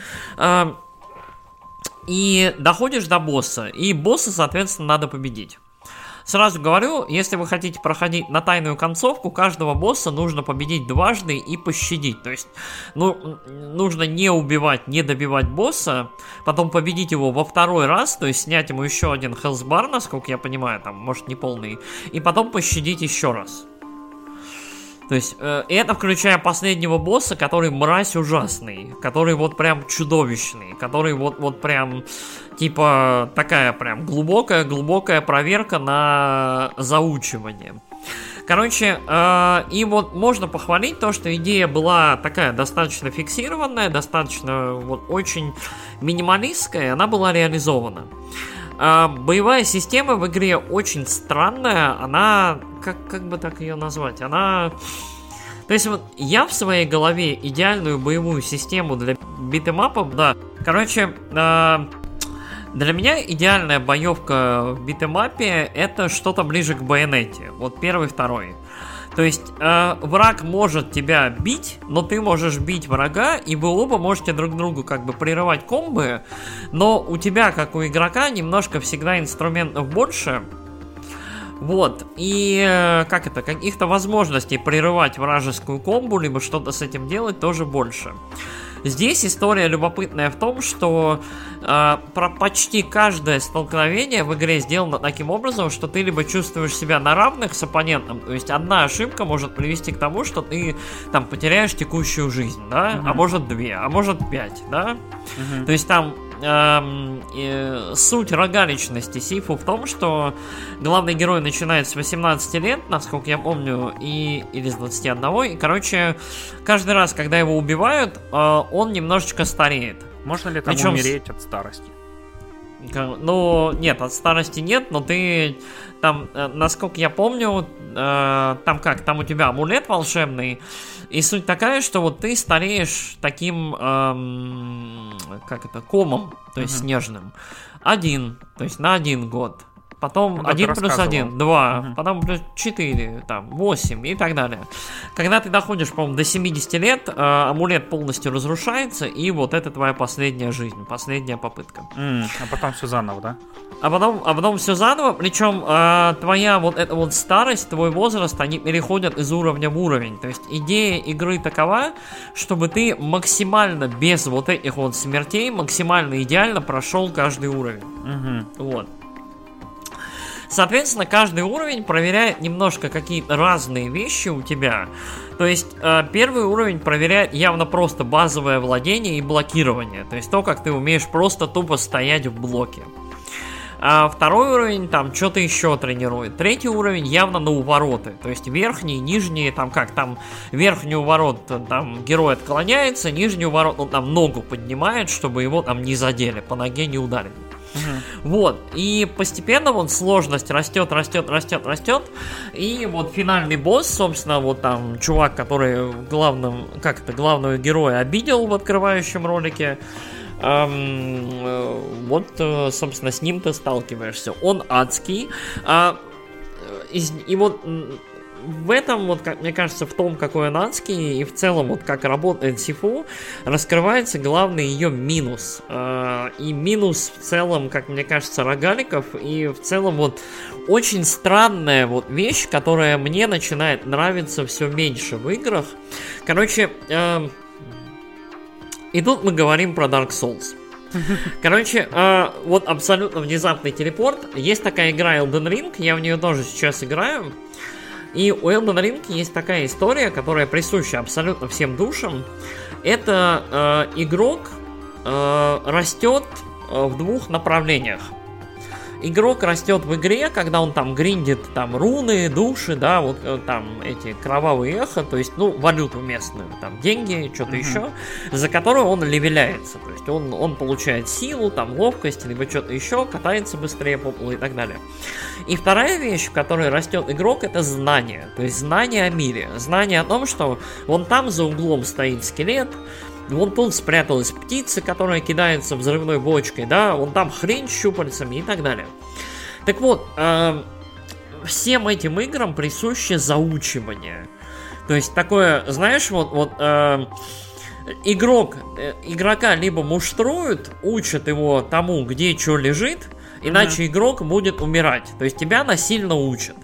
И доходишь до босса, и босса, соответственно, надо победить. Сразу говорю, если вы хотите проходить на тайную концовку, каждого босса нужно победить дважды и пощадить. То есть, нужно не убивать, не добивать босса, потом победить его во второй раз, то есть снять ему еще один хелсбар, насколько я понимаю, там, может, не полный, и потом пощадить еще раз. То есть, это включая последнего босса, который мразь ужасный, который вот прям чудовищный, который вот прям, типа, такая прям глубокая проверка на заучивание. Короче, и вот можно похвалить то, что идея была такая достаточно фиксированная, достаточно вот очень минималистская, она была реализована. Боевая система в игре очень странная, она, как бы так ее назвать, она... То есть вот я в своей голове идеальную боевую систему для битэмапов, да, короче, для меня идеальная боевка в битэмапе это что-то ближе к Байонете, вот первый, второй. То есть враг может тебя бить, но ты можешь бить врага, и вы оба можете друг другу как бы прерывать комбы, но у тебя, как у игрока, немножко всегда инструментов больше. Вот, и каких-то возможностей прерывать вражескую комбу, либо что-то с этим делать тоже больше. Здесь история любопытная в том, что почти каждое столкновение в игре сделано таким образом, что ты либо чувствуешь себя на равных с оппонентом, то есть одна ошибка может привести к тому, что ты там потеряешь текущую жизнь, да, а может 2, а может 5, да, то есть там суть рогаличности Сифу в том, что главный герой начинает с 18 лет, насколько я помню, или с 21, и, короче, каждый раз, когда его убивают, он немножечко стареет. Можно ли там умереть от старости? Ну, нет, от старости нет, но ты там, насколько я помню, там у тебя амулет волшебный, и суть такая, что вот ты стареешь таким, комом, то есть снежным, то есть на 1 год. Потом 1 плюс 1, 2, потом плюс 4, там, 8 и так далее. Когда ты доходишь, по-моему, до 70 лет, амулет полностью разрушается, и вот это твоя последняя жизнь, последняя попытка. А потом все заново, да? А потом все заново, причем твоя вот эта вот старость, твой возраст, они переходят из уровня в уровень. То есть идея игры такова, чтобы ты максимально без вот этих вот смертей, максимально идеально прошел каждый уровень. Вот. Соответственно, каждый уровень проверяет немножко какие-то разные вещи у тебя. То есть, первый уровень проверяет явно просто базовое владение и блокирование. То есть, то, как ты умеешь просто тупо стоять в блоке. А второй уровень там что-то еще тренирует. Третий уровень явно на увороты. То есть верхний, нижний, там как, там верхний уворот, там герой отклоняется, нижний уворот, он там ногу поднимает, чтобы его там не задели, по ноге не ударили. Вот, и постепенно вот сложность растет. И вот финальный босс, собственно, вот там чувак, который главного героя обидел в открывающем ролике. Вот, собственно, с ним ты сталкиваешься. Он адский. И вот в этом, вот, как мне кажется, в том, какой он адский, и в целом, вот как работает Сифу, раскрывается главный ее минус. И минус в целом, как мне кажется, рогаликов, и в целом вот очень странная вот вещь, которая мне начинает нравиться все меньше в играх. Короче, и тут мы говорим про Dark Souls. Короче, вот абсолютно внезапный телепорт. Есть такая игра Elden Ring, я в нее тоже сейчас играю. И у Elden Ring есть такая история, которая присуща абсолютно всем душам. Это игрок растет в двух направлениях. Игрок растет в игре, когда он там гриндит там руны, души, да, вот там эти кровавые эхо, то есть, ну, валюту местную, там деньги, что-то еще, за которую он левеляется. То есть он получает силу, там ловкость, либо что-то еще, катается быстрее по полу и так далее. И вторая вещь, в которой растет игрок, это знание. То есть знание о мире. Знание о том, что вон там за углом стоит скелет, вон тут спряталась птица, которая кидается взрывной бочкой, да, вон там хрень с щупальцами и так далее. Так вот, всем этим играм присуще заучивание. То есть такое, знаешь, игрока либо муштруют, учат его тому, где что лежит, иначе игрок будет умирать. То есть тебя насильно учат.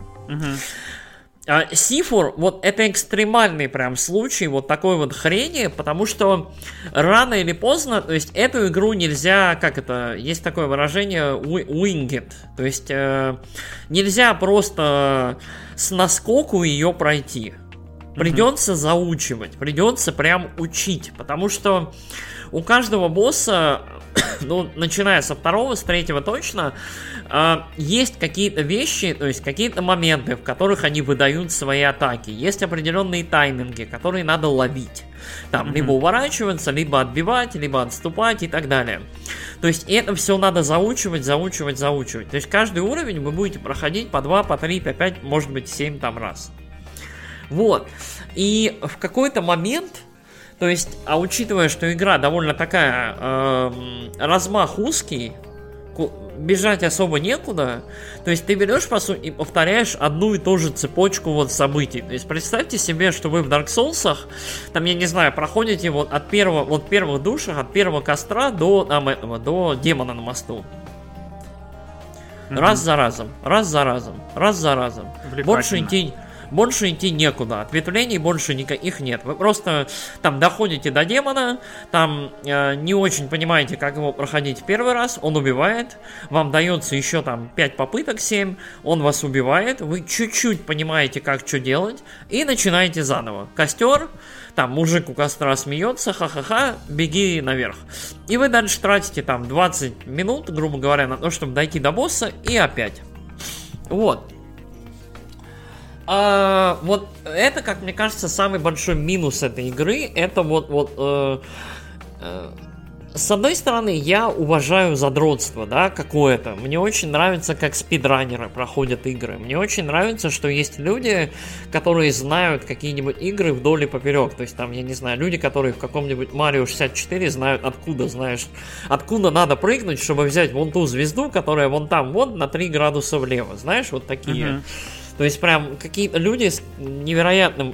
Сифур, вот это экстремальный прям случай вот такой вот хрени, потому что рано или поздно, то есть эту игру нельзя, есть такое выражение wing it, то есть нельзя просто с наскоку ее пройти. Придется заучивать, придется прям учить, потому что у каждого босса, ну, начиная со второго, с третьего точно, есть какие-то вещи, то есть какие-то моменты, в которых они выдают свои атаки. Есть определенные тайминги, которые надо ловить. Там либо уворачиваться, либо отбивать, либо отступать и так далее. То есть это все надо заучивать. То есть каждый уровень вы будете проходить по 2, по 3, по 5, может быть 7 там раз. Вот. И в какой-то момент, то есть, учитывая, что игра довольно такая, размах узкий, бежать особо некуда, то есть ты берешь, по сути, и повторяешь одну и ту же цепочку вот событий. То есть представьте себе, что вы в Dark Souls'ах, там, я не знаю, проходите вот от первых душах, от первого костра до демона на мосту. Раз за разом. Больше идти некуда. Ответвлений больше никаких нет. Вы просто там доходите до демона, там не очень понимаете, как его проходить в первый раз, он убивает, вам дается еще там 5 попыток, 7, он вас убивает, вы чуть-чуть понимаете, как что делать, и начинаете заново. Костер, там мужик у костра смеется, ха-ха-ха, беги наверх. И вы дальше тратите там 20 минут, грубо говоря, на то, чтобы дойти до босса, и опять. Вот. Вот это, как мне кажется, самый большой минус этой игры. Это с одной стороны, я уважаю задротство, да, какое-то. Мне очень нравится, как спидранеры проходят игры. Мне очень нравится, что есть люди, которые знают какие-нибудь игры вдоль и поперек. То есть там, я не знаю, люди, которые в каком-нибудь Mario 64 знают, откуда надо прыгнуть, чтобы взять вон ту звезду, которая вон там, вот на 3 градуса влево. Знаешь, вот такие. То есть прям какие-то люди с невероятной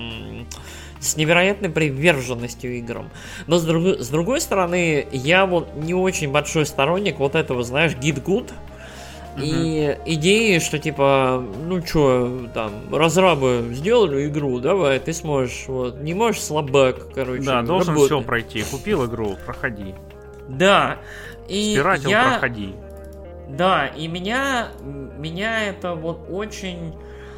приверженностью играм. Но с другой стороны, я вот не очень большой сторонник вот этого, знаешь, git good. И идеи, что типа, ну чё, там, разрабы сделали игру, давай, ты сможешь, вот, не можешь, слабак, короче. Да, должен все пройти. Купил игру, проходи. Да. И Спиратил, проходи. Да, и меня это вот очень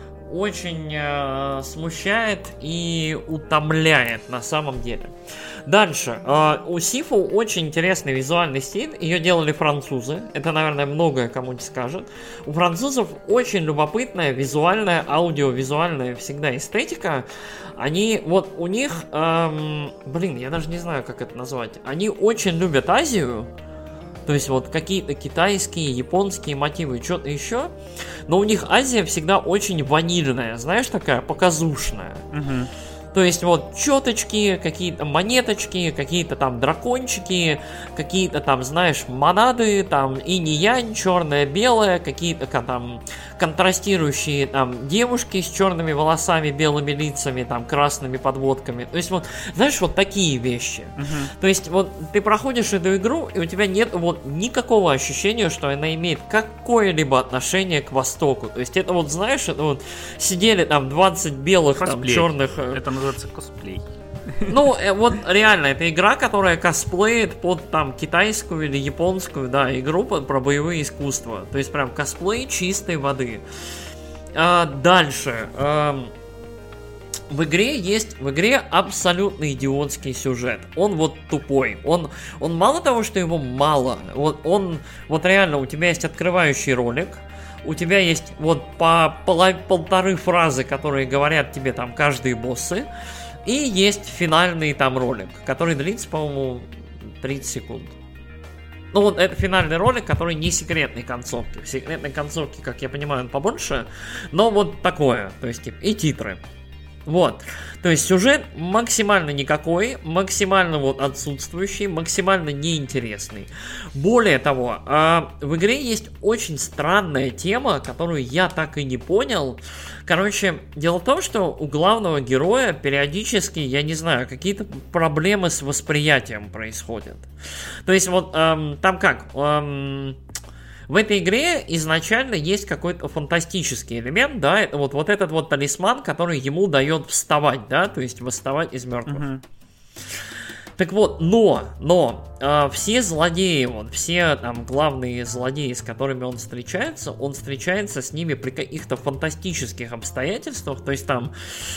смущает и утомляет на самом деле. Дальше. У Сифу очень интересный визуальный стиль. Ее делали французы. Это, наверное, многое кому-нибудь скажет. У французов очень любопытная визуальная, аудиовизуальная всегда эстетика. Они, вот у них, я даже не знаю, как это назвать. Они очень любят Азию. То есть вот какие-то китайские, японские мотивы, что-то еще. Но у них Азия всегда очень ванильная, знаешь, такая показушная. Угу. То есть вот четочки, какие-то монеточки, какие-то там дракончики, какие-то там, знаешь, монады, там инь-янь, черное-белое, какие-то там контрастирующие там девушки с черными волосами, белыми лицами, там красными подводками. То есть вот, знаешь, вот такие вещи. То есть вот ты проходишь эту игру, и у тебя нет вот никакого ощущения, что она имеет какое-либо отношение к Востоку. То есть это вот, знаешь, это вот сидели там 20 белых, там, черных... Это называется косплей. Ну, вот реально, это игра, которая косплеит под там китайскую или японскую, да, игру про боевые искусства. То есть прям косплей чистой воды. Дальше. В игре абсолютно идиотский сюжет. Он вот тупой. Он мало того, что его мало. Вот реально, у тебя есть открывающий ролик. У тебя есть вот по полторы фразы, которые говорят тебе там каждые боссы. И есть финальный там ролик, который длится, по-моему, 30 секунд. Ну вот это финальный ролик, который не секретной концовки. В секретной концовке, как я понимаю, он побольше. Но вот такое. То есть типа, и титры. Вот. То есть сюжет максимально никакой, максимально вот отсутствующий, максимально неинтересный. Более того, в игре есть очень странная тема, которую я так и не понял. Короче, дело в том, что у главного героя периодически, я не знаю, какие-то проблемы с восприятием происходят. То есть вот там как... В этой игре изначально есть какой-то фантастический элемент, да, это вот этот вот талисман, который ему дает вставать, да, то есть восставать из мертвых. Uh-huh. Так вот, но все злодеи, все там главные злодеи, с которыми он встречается с ними при каких-то фантастических обстоятельствах, то есть там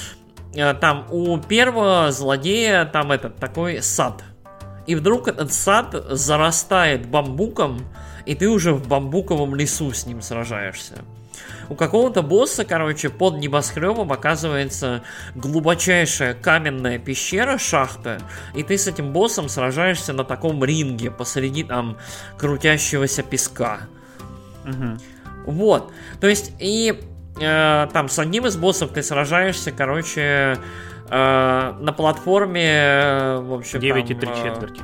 у первого злодея там такой сад, и вдруг этот сад зарастает бамбуком, и ты уже в бамбуковом лесу с ним сражаешься. У какого-то босса, короче, под небоскребом оказывается глубочайшая каменная пещера, шахта, и ты с этим боссом сражаешься на таком ринге посреди там крутящегося песка. Угу. Вот. То есть, и там с одним из боссов ты сражаешься, короче, на платформе, в общем, 9,3.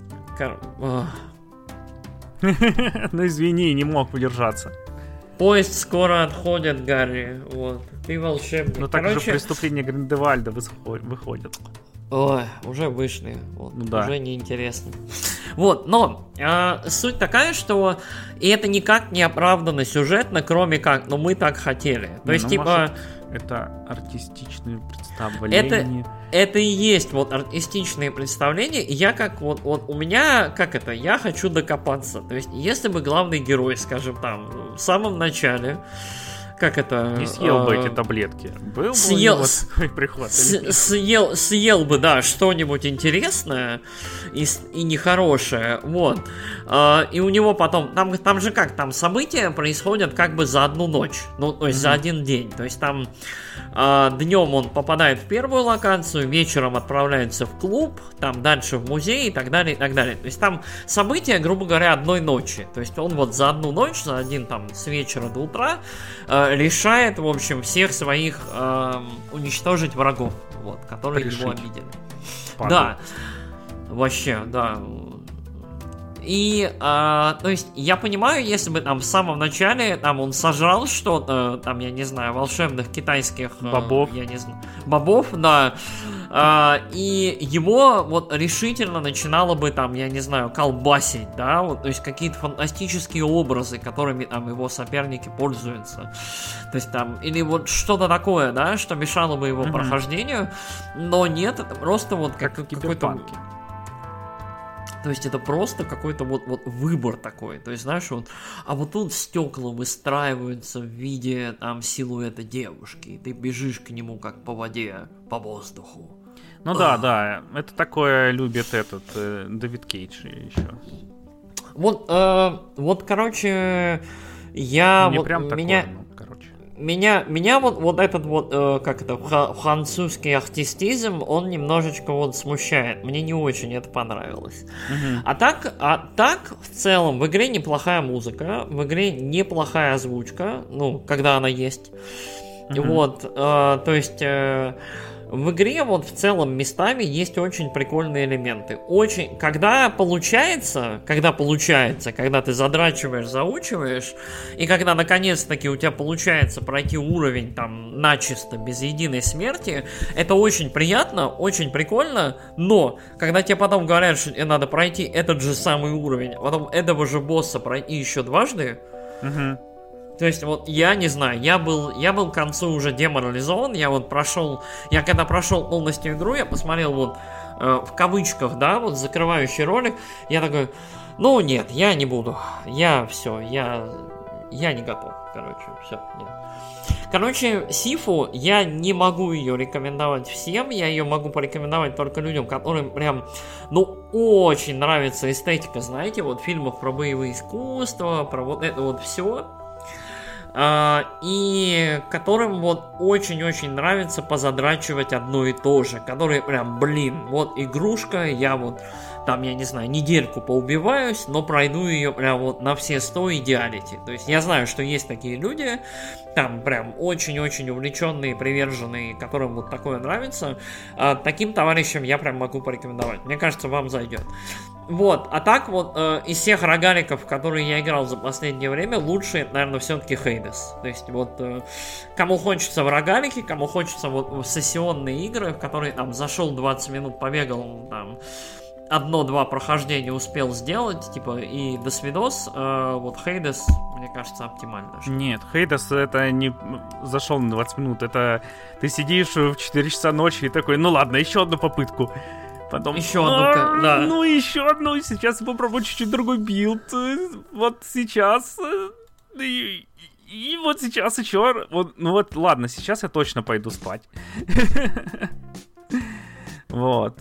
Ну извини, не мог удержаться. Поезд скоро отходит, Гарри. Вот. Ты волшебник. Ну так же преступления Гриндевальда выходят. Ой, уже вышли. Вот. Ну, да. Уже неинтересно. Вот, но суть такая, что и это никак не оправдано сюжетно, кроме как, мы так хотели. То есть, типа... Может, это артистичное представление. Это и есть вот артистичные представления. И я как вот у меня, я хочу докопаться. То есть, если бы главный герой, скажем там, в самом начале, не съел бы эти таблетки. Был бы у него свой приход. Съел бы, да, что-нибудь интересное и нехорошее. Вот. И у него потом... Там же как? Там события происходят как бы за одну ночь. Ну, то есть за один день. То есть там днем он попадает в первую локацию, вечером отправляется в клуб, там дальше в музей и так далее, и так далее. То есть там события, грубо говоря, одной ночи. То есть он вот за одну ночь, за один там с вечера до утра решает, в общем, всех своих уничтожить врагов, вот, которые его обидели. Да, вообще, да. И, то есть, я понимаю, если бы там в самом начале там он сожрал что-то, там, я не знаю, волшебных китайских... Бобов. Я не знаю. Бобов, да. И его вот решительно начинало бы там, я не знаю, колбасить, да, вот, то есть какие-то фантастические образы, которыми там его соперники пользуются. То есть там, или вот что-то такое, да, что мешало бы его прохождению, но нет, это просто вот как в Киберпанке. То есть это просто какой-то вот выбор такой. То есть, знаешь, вот, а вот тут стекла выстраиваются в виде там силуэта девушки, и ты бежишь к нему как по воде, по воздуху. Ну да, это такое любит Дэвид Кейдж еще. Вот, короче, я не вот прям меня. Такое, короче. Меня вот этот вот, как это, французский артистизм, он немножечко вот смущает. Мне не очень это понравилось. Угу. А так, в целом, в игре неплохая музыка, в игре неплохая озвучка, ну, когда она есть. Угу. Вот, то есть... В игре вот в целом местами есть очень прикольные элементы. Когда получается, когда ты задрачиваешь, заучиваешь, и когда наконец-таки у тебя получается пройти уровень там начисто, без единой смерти, это очень приятно, очень прикольно, но когда тебе потом говорят, что надо пройти этот же самый уровень, а потом этого же босса пройти еще дважды, то есть, вот, я не знаю, я был к концу уже деморализован, я когда прошел полностью игру, я посмотрел вот, в кавычках, да, вот, закрывающий ролик, я такой, ну, нет, я не буду, я не готов, короче, все, нет. Короче, Сифу, я не могу ее рекомендовать всем, я ее могу порекомендовать только людям, которым прям, ну, очень нравится эстетика, знаете, вот, фильмов про боевые искусства, про вот это вот все. И которым вот очень-очень нравится позадрачивать одно и то же, которые прям, вот игрушка, я вот там, я не знаю, недельку поубиваюсь, но пройду ее прям вот на все 100 идеалити. То есть я знаю, что есть такие люди, там прям очень-очень увлеченные, приверженные, которым вот такое нравится. Таким товарищам я прям могу порекомендовать. Мне кажется, вам зайдет. Вот, а так вот, из всех рогаликов, в которые я играл за последнее время, лучший, наверное, все-таки Хейдес. То есть вот, кому хочется в рогалике, кому хочется вот в сессионные игры, в которые там зашел 20 минут, побегал, там, 1-2 прохождения успел сделать, типа, и до свидос, вот Хейдес, мне кажется, оптимально. Нет, Хейдес это не зашел на 20 минут, это ты сидишь в 4 часа ночи и такой, ну ладно, еще одну попытку. Потом, еще одну, да. Ну, еще одну, сейчас попробую чуть-чуть другой билд. Вот сейчас. И вот сейчас еще. Ну вот, ладно, сейчас я точно пойду спать. Вот.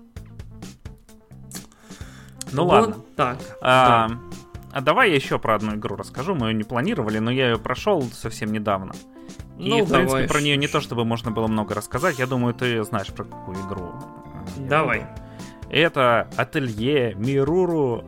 Ну ладно. Так. А давай я еще про одну игру расскажу. Мы ее не планировали, но я ее прошел совсем недавно. И, в принципе, про нее не то, чтобы можно было много рассказать. Я думаю, ты знаешь, про какую игру. Давай. Это Ателье Мируру.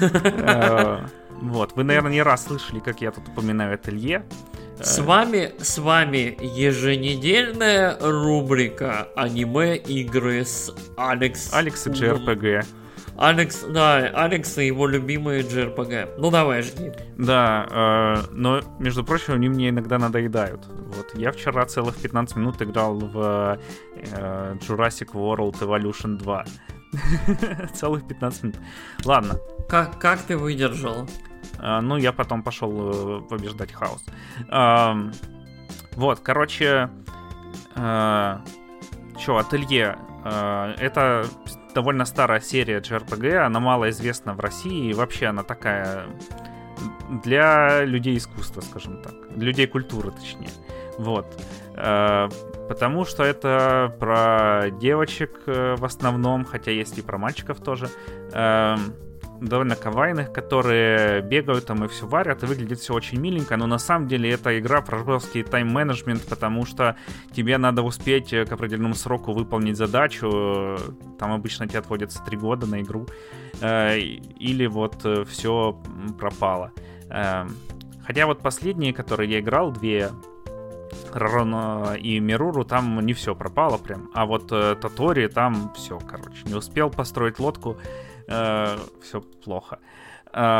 Вот, вы, наверное, не раз слышали, как я тут упоминаю Ателье. С вами еженедельная рубрика аниме-игры с Алекс и JRPG. Алекс и его любимые JRPG. Ну давай, жди. Да, но, между прочим, они мне иногда надоедают. Вот, я вчера целых 15 минут играл в Jurassic World Evolution 2. Целых 15 минут. Ладно. Как ты выдержал? Ну, я потом пошел побеждать хаос. Вот, короче, Ателье. Это довольно старая серия JRPG, она мало известна в России, и вообще она такая для людей искусства, скажем так, людей культуры, точнее. Вот. Потому что это про девочек в основном, хотя есть и про мальчиков тоже, довольно кавайных, которые бегают там и все варят, и выглядит все очень миленько, но на самом деле это игра про жесткий тайм-менеджмент, потому что тебе надо успеть к определенному сроку выполнить задачу, там обычно тебе отводится 3 года на игру, или вот все пропало. Хотя вот последние, которые я играл, 2, Ророна и Мируру, там не все пропало прям, а вот Тотори там все, короче, не успел построить лодку, все плохо.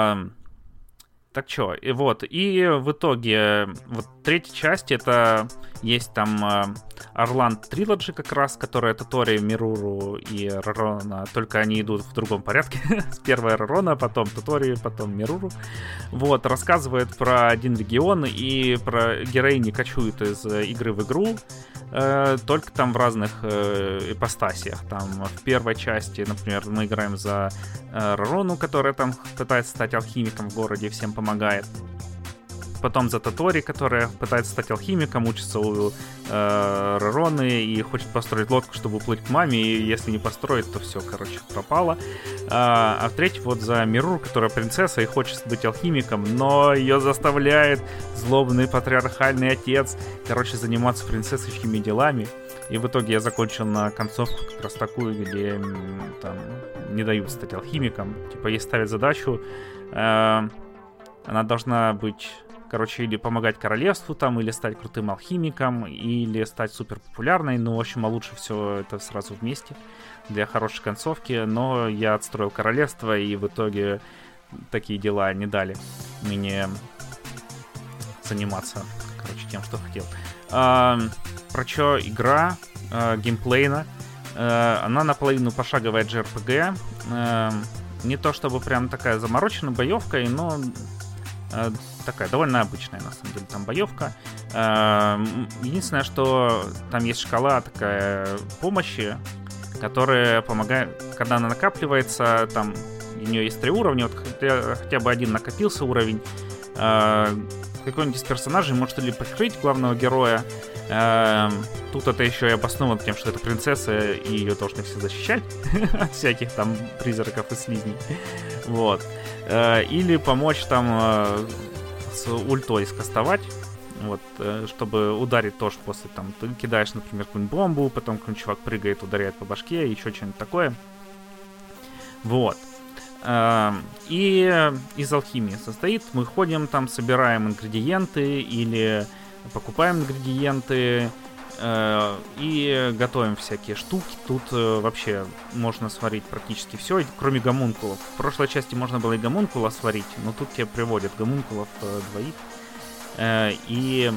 Так что, и в итоге, вот 3-я часть, это Есть там Орланд Трилоджи как раз, которая Тотори, Мируру и Ророна, только они идут в другом порядке. Сперва Ророна, потом Тотори, потом Мируру. Вот, рассказывает про один регион и про героини кочуют из игры в игру, только там в разных ипостасиях. Там в первой части, например, мы играем за Ророну, которая там пытается стать алхимиком в городе, всем помогает. Потом за Тотори, которая пытается стать алхимиком, учится у Ророны и хочет построить лодку, чтобы уплыть к маме, и если не построит, то все, короче, пропало. А в третий вот за Мируру, которая принцесса и хочет быть алхимиком, но ее заставляет злобный патриархальный отец, короче, заниматься принцессочными делами. И в итоге я закончил на концовку как раз такую, где там не дают стать алхимиком. Типа ей ставят задачу, она должна быть... Короче, или помогать королевству там, или стать крутым алхимиком, или стать супер популярной. Ну, в общем, а лучше все это сразу вместе для хорошей концовки. Но я отстроил королевство, и в итоге такие дела не дали мне заниматься, короче, тем, что хотел. Про что игра геймплейна? Она наполовину пошаговая JRPG. Не то чтобы прям такая замороченная боевка, но... такая довольно обычная, на самом деле, там боевка. Единственное, что там есть шкала такая помощи, которая помогает, когда она накапливается, там у нее есть 3 уровня, вот хотя бы один накопился уровень, какой-нибудь из персонажей может или прикрыть главного героя. Тут это еще и обосновано тем, что это принцесса, и ее должны все защищать от всяких там призраков и слизней. Вот. Или помочь там с ультой скастовать, вот, чтобы ударить тоже после, там, ты кидаешь, например, какую-нибудь бомбу, потом какой-нибудь чувак прыгает, ударяет по башке, еще что-нибудь такое. Вот. И из алхимии состоит, мы ходим там, собираем ингредиенты или покупаем ингредиенты и готовим всякие штуки. Тут вообще можно сварить практически все, кроме гомункулов. В прошлой части можно было и гомункула сварить, но тут тебе приводят гомункулов двоих. И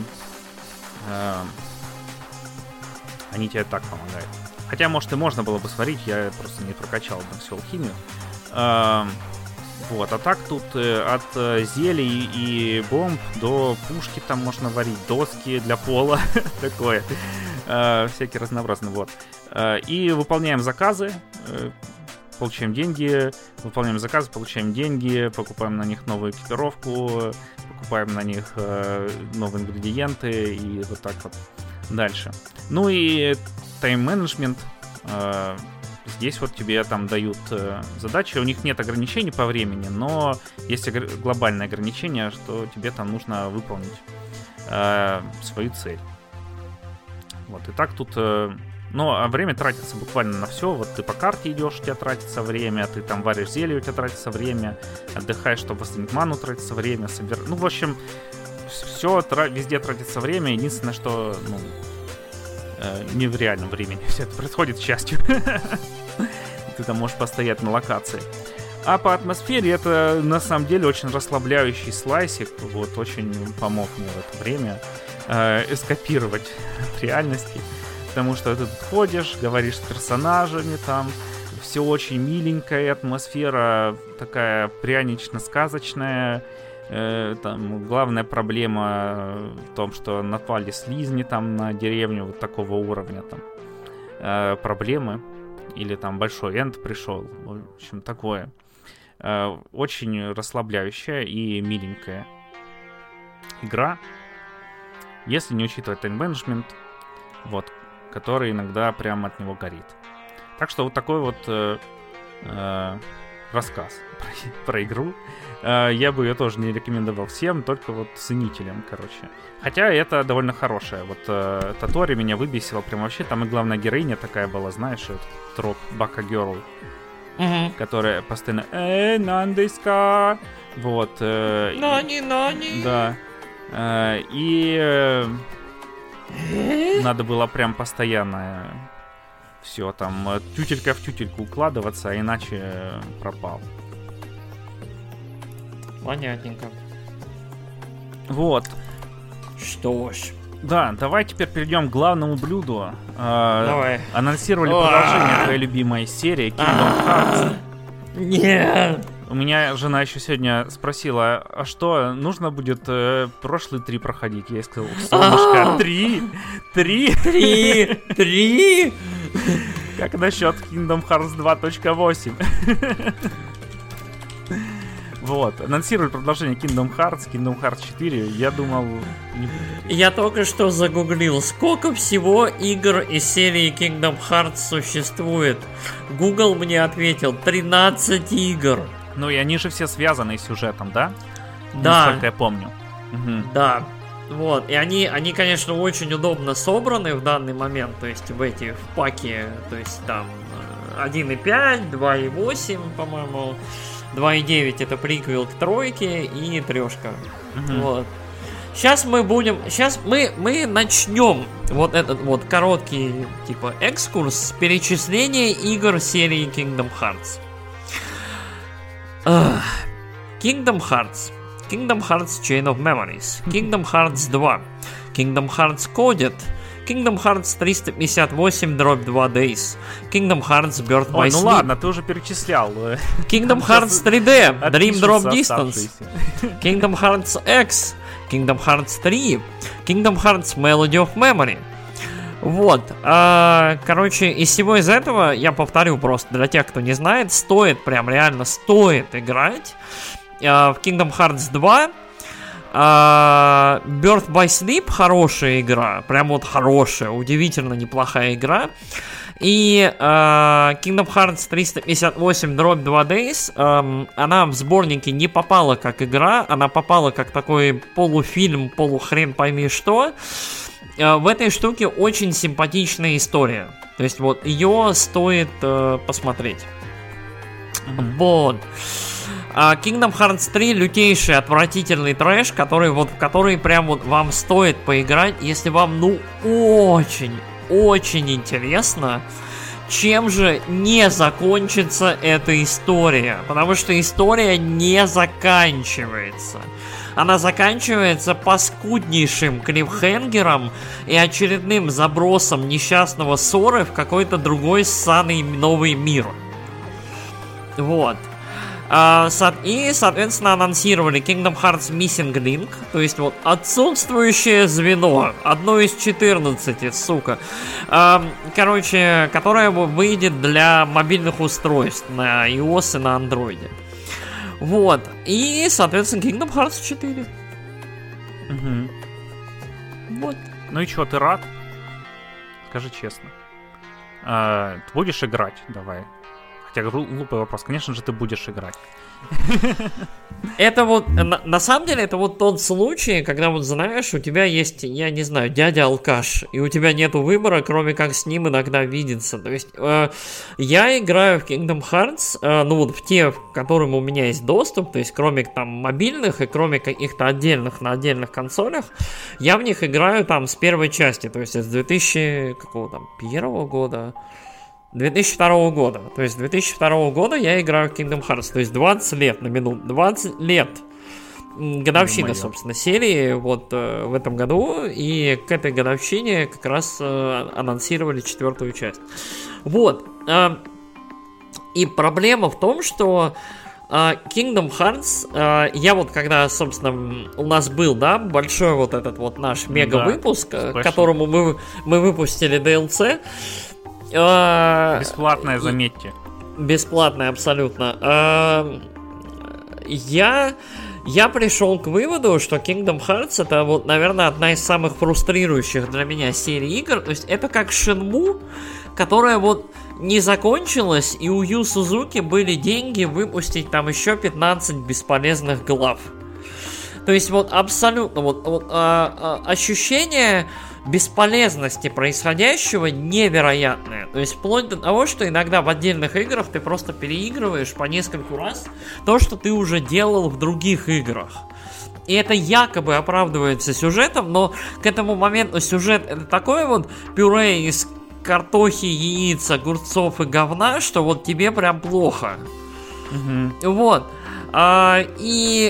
они тебе так помогают. Хотя, может, и можно было бы сварить, я просто не прокачал бы всю алхимию. Вот, а так тут от зелий и бомб до пушки там можно варить, доски для пола, такое, всякие разнообразные, вот. И выполняем заказы, получаем деньги, выполняем заказы, получаем деньги, покупаем на них новую экипировку, покупаем на них новые ингредиенты и вот так вот дальше. Ну и тайм-менеджмент. Здесь вот тебе там дают задачи, у них нет ограничений по времени, но есть глобальное ограничение, что тебе там нужно выполнить свою цель. Вот, и так тут... Ну, а время тратится буквально на все. Вот ты по карте идешь, у тебя тратится время, ты там варишь зелье, у тебя тратится время, отдыхаешь, чтобы восстановить ману, тратится время, Ну, в общем, все везде тратится время. Единственное, что, ну, не в реальном времени все это происходит, к счастью. Ты там можешь постоять на локации. А по атмосфере это на самом деле очень расслабляющий слайсик. Вот очень помог мне в это время эскапировать от реальности. Потому что ты тут ходишь, говоришь с персонажами, там все очень миленькая, атмосфера такая прянично-сказочная. Там главная проблема в том, что напали слизни там на деревню вот такого уровня там. Проблемы. Или там большой энд пришел. В общем, такое. Очень расслабляющая и миленькая игра. Если не учитывать тайм-менеджмент, вот, который иногда прям от него горит. Так что вот такой вот рассказ про игру. Я бы ее тоже не рекомендовал всем, только вот ценителям, короче. Хотя это довольно хорошая. Вот Тотори меня выбесила прям вообще. Там и главная героиня такая была, знаешь, троп Бака Герл, которая постоянно нандеска. Вот. Нани. Да. И надо было прям постоянно все там тютелька в тютельку укладываться, а иначе пропал. Понятненько. Вот. Что ж. Да, давай теперь перейдем к главному блюду. Давай. Анонсировали продолжение твоей любимой серии Kingdom Hearts. Нет. У меня жена еще сегодня спросила, а что, нужно будет прошлые 3 проходить? Я ей сказал, солнышко, 3? 3? Как насчет Kingdom Hearts 2.8? Вот, анонсируют продолжение Kingdom Hearts 4, я думал... Я только что загуглил, сколько всего игр из серии Kingdom Hearts существует. Google мне ответил, 13 игр. Ну и они же все связаны сюжетом, да? Да. Насколько я помню. Угу. Да. Вот, и они, конечно, очень удобно собраны в данный момент, то есть в паке, то есть там 1.5, 2.8, по-моему, 2.9 это приквел к тройке и 3. Вот. Сейчас мы начнем вот этот вот короткий типа экскурс с перечисления игр серии Kingdom Hearts. Kingdom Hearts Chain of Memories, Kingdom Hearts 2, Kingdom Hearts Coded, Kingdom Hearts 358-2 Days, Kingdom Hearts Birth by Sleep. Ну ладно, ты уже перечислял. Kingdom Hearts 3D, Dream Drop Distance, Kingdom Hearts X, Kingdom Hearts 3, Kingdom Hearts Melody of Memory. Вот, короче, из всего из этого, я повторю просто для тех, кто не знает, реально стоит играть в Kingdom Hearts 2. Birth by Sleep хорошая игра, прям вот хорошая, удивительно неплохая игра. И Kingdom Hearts 358-2 Days, она в сборнике не попала как игра, она попала как такой полуфильм, полухрен пойми что. В этой штуке очень симпатичная история. То есть вот ее стоит посмотреть. Вот. Kingdom Hearts 3 лютейший, отвратительный трэш, в который прям вот вам стоит поиграть, если вам очень интересно, чем же не закончится эта история. Потому что история не заканчивается. Она заканчивается паскуднейшим клиффхенгером и очередным забросом несчастного Соры в какой-то другой ссаный новый мир. Вот. И, соответственно, анонсировали Kingdom Hearts Missing Link, то есть вот отсутствующее звено, одно из 14, сука. Короче, которое выйдет для мобильных устройств на iOS и на Android. Вот. И, соответственно, Kingdom Hearts 4. Вот. Ну и что, ты рад? Скажи честно. Ты будешь играть? Давай. Хотя глупый вопрос. Конечно же, ты будешь играть. Это вот, на самом деле, это вот тот случай, когда вот, знаешь, у тебя есть, я не знаю, дядя-алкаш, и у тебя нету выбора, кроме как с ним иногда видеться. То есть, я играю в Kingdom Hearts, ну вот в те, к которым у меня есть доступ, то есть, кроме там мобильных и кроме каких-то отдельных на отдельных консолях, я в них играю там с первой части, то есть, с 2001 года. 2002 года. То есть 2002 года я играю в Kingdom Hearts. То есть 20 лет на минуту. 20 лет. Годовщина, собственно, серии вот в этом году. И к этой годовщине как раз анонсировали 4-ю часть. Вот. И проблема в том, что Kingdom Hearts, я вот когда, собственно, у нас был, да, большой вот этот вот наш мега-выпуск, к которому мы выпустили DLC. Бесплатное, заметьте. Бесплатное, абсолютно. Я пришел к выводу, что Kingdom Hearts это вот, наверное, одна из самых фрустрирующих для меня серий игр. То есть это как Shenmue, которая вот не закончилась, и у Yu Suzuki были деньги выпустить там еще 15 бесполезных глав. То есть вот абсолютно вот ощущение бесполезности происходящего невероятное. То есть вплоть до того, что иногда в отдельных играх ты просто переигрываешь по нескольку раз то, что ты уже делал в других играх. И это якобы оправдывается сюжетом, но к этому моменту сюжет это такое вот пюре из картохи, яиц, огурцов и говна, что вот тебе прям плохо. Вот. И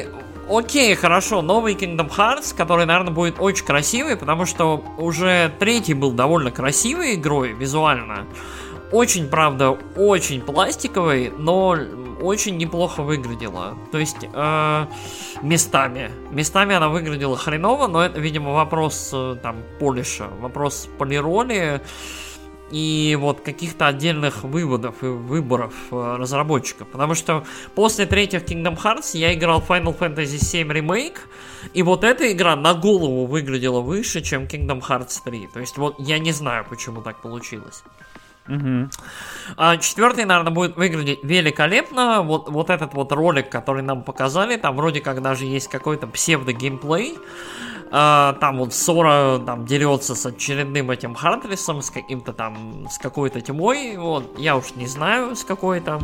окей, хорошо, новый Kingdom Hearts, который, наверное, будет очень красивый, потому что уже третий был довольно красивой игрой визуально. Очень, правда, очень пластиковый, но очень неплохо выглядела. То есть, местами. Местами она выглядела хреново, но это, видимо, вопрос там полиша, вопрос полироли и вот каких-то отдельных выводов и выборов разработчиков. Потому что после третьих Kingdom Hearts я играл в Final Fantasy VII Remake, и вот эта игра на голову выглядела выше, чем Kingdom Hearts 3. То есть вот я не знаю, почему так получилось. Четвертый, наверное, будет выглядеть великолепно. Вот этот вот ролик, который нам показали, там вроде как даже есть какой-то псевдо-геймплей. Там вот Сора там дерется с очередным этим Хартрисом, с каким-то там, с какой-то тьмой. Вот, я уж не знаю, с какой там.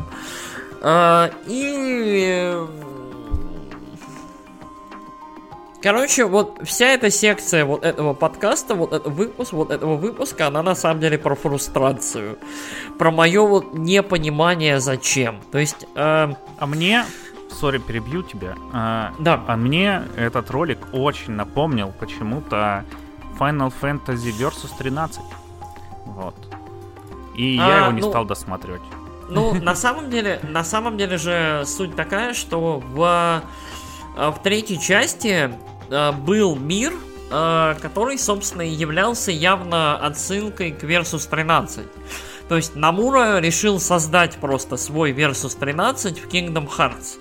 Короче, вот вся эта секция вот этого подкаста, вот этого выпуска, она на самом деле про фрустрацию. Про мое вот непонимание зачем. То есть... А мне... Сори, перебью тебя. Да. А мне этот ролик очень напомнил почему-то Final Fantasy Versus 13. Вот. И я его не стал досматривать. Ну, на самом деле же суть такая, что в третьей части был мир, который, собственно, и являлся явно отсылкой к Versus 13. То есть Намура решил создать просто свой Versus 13 в Kingdom Hearts.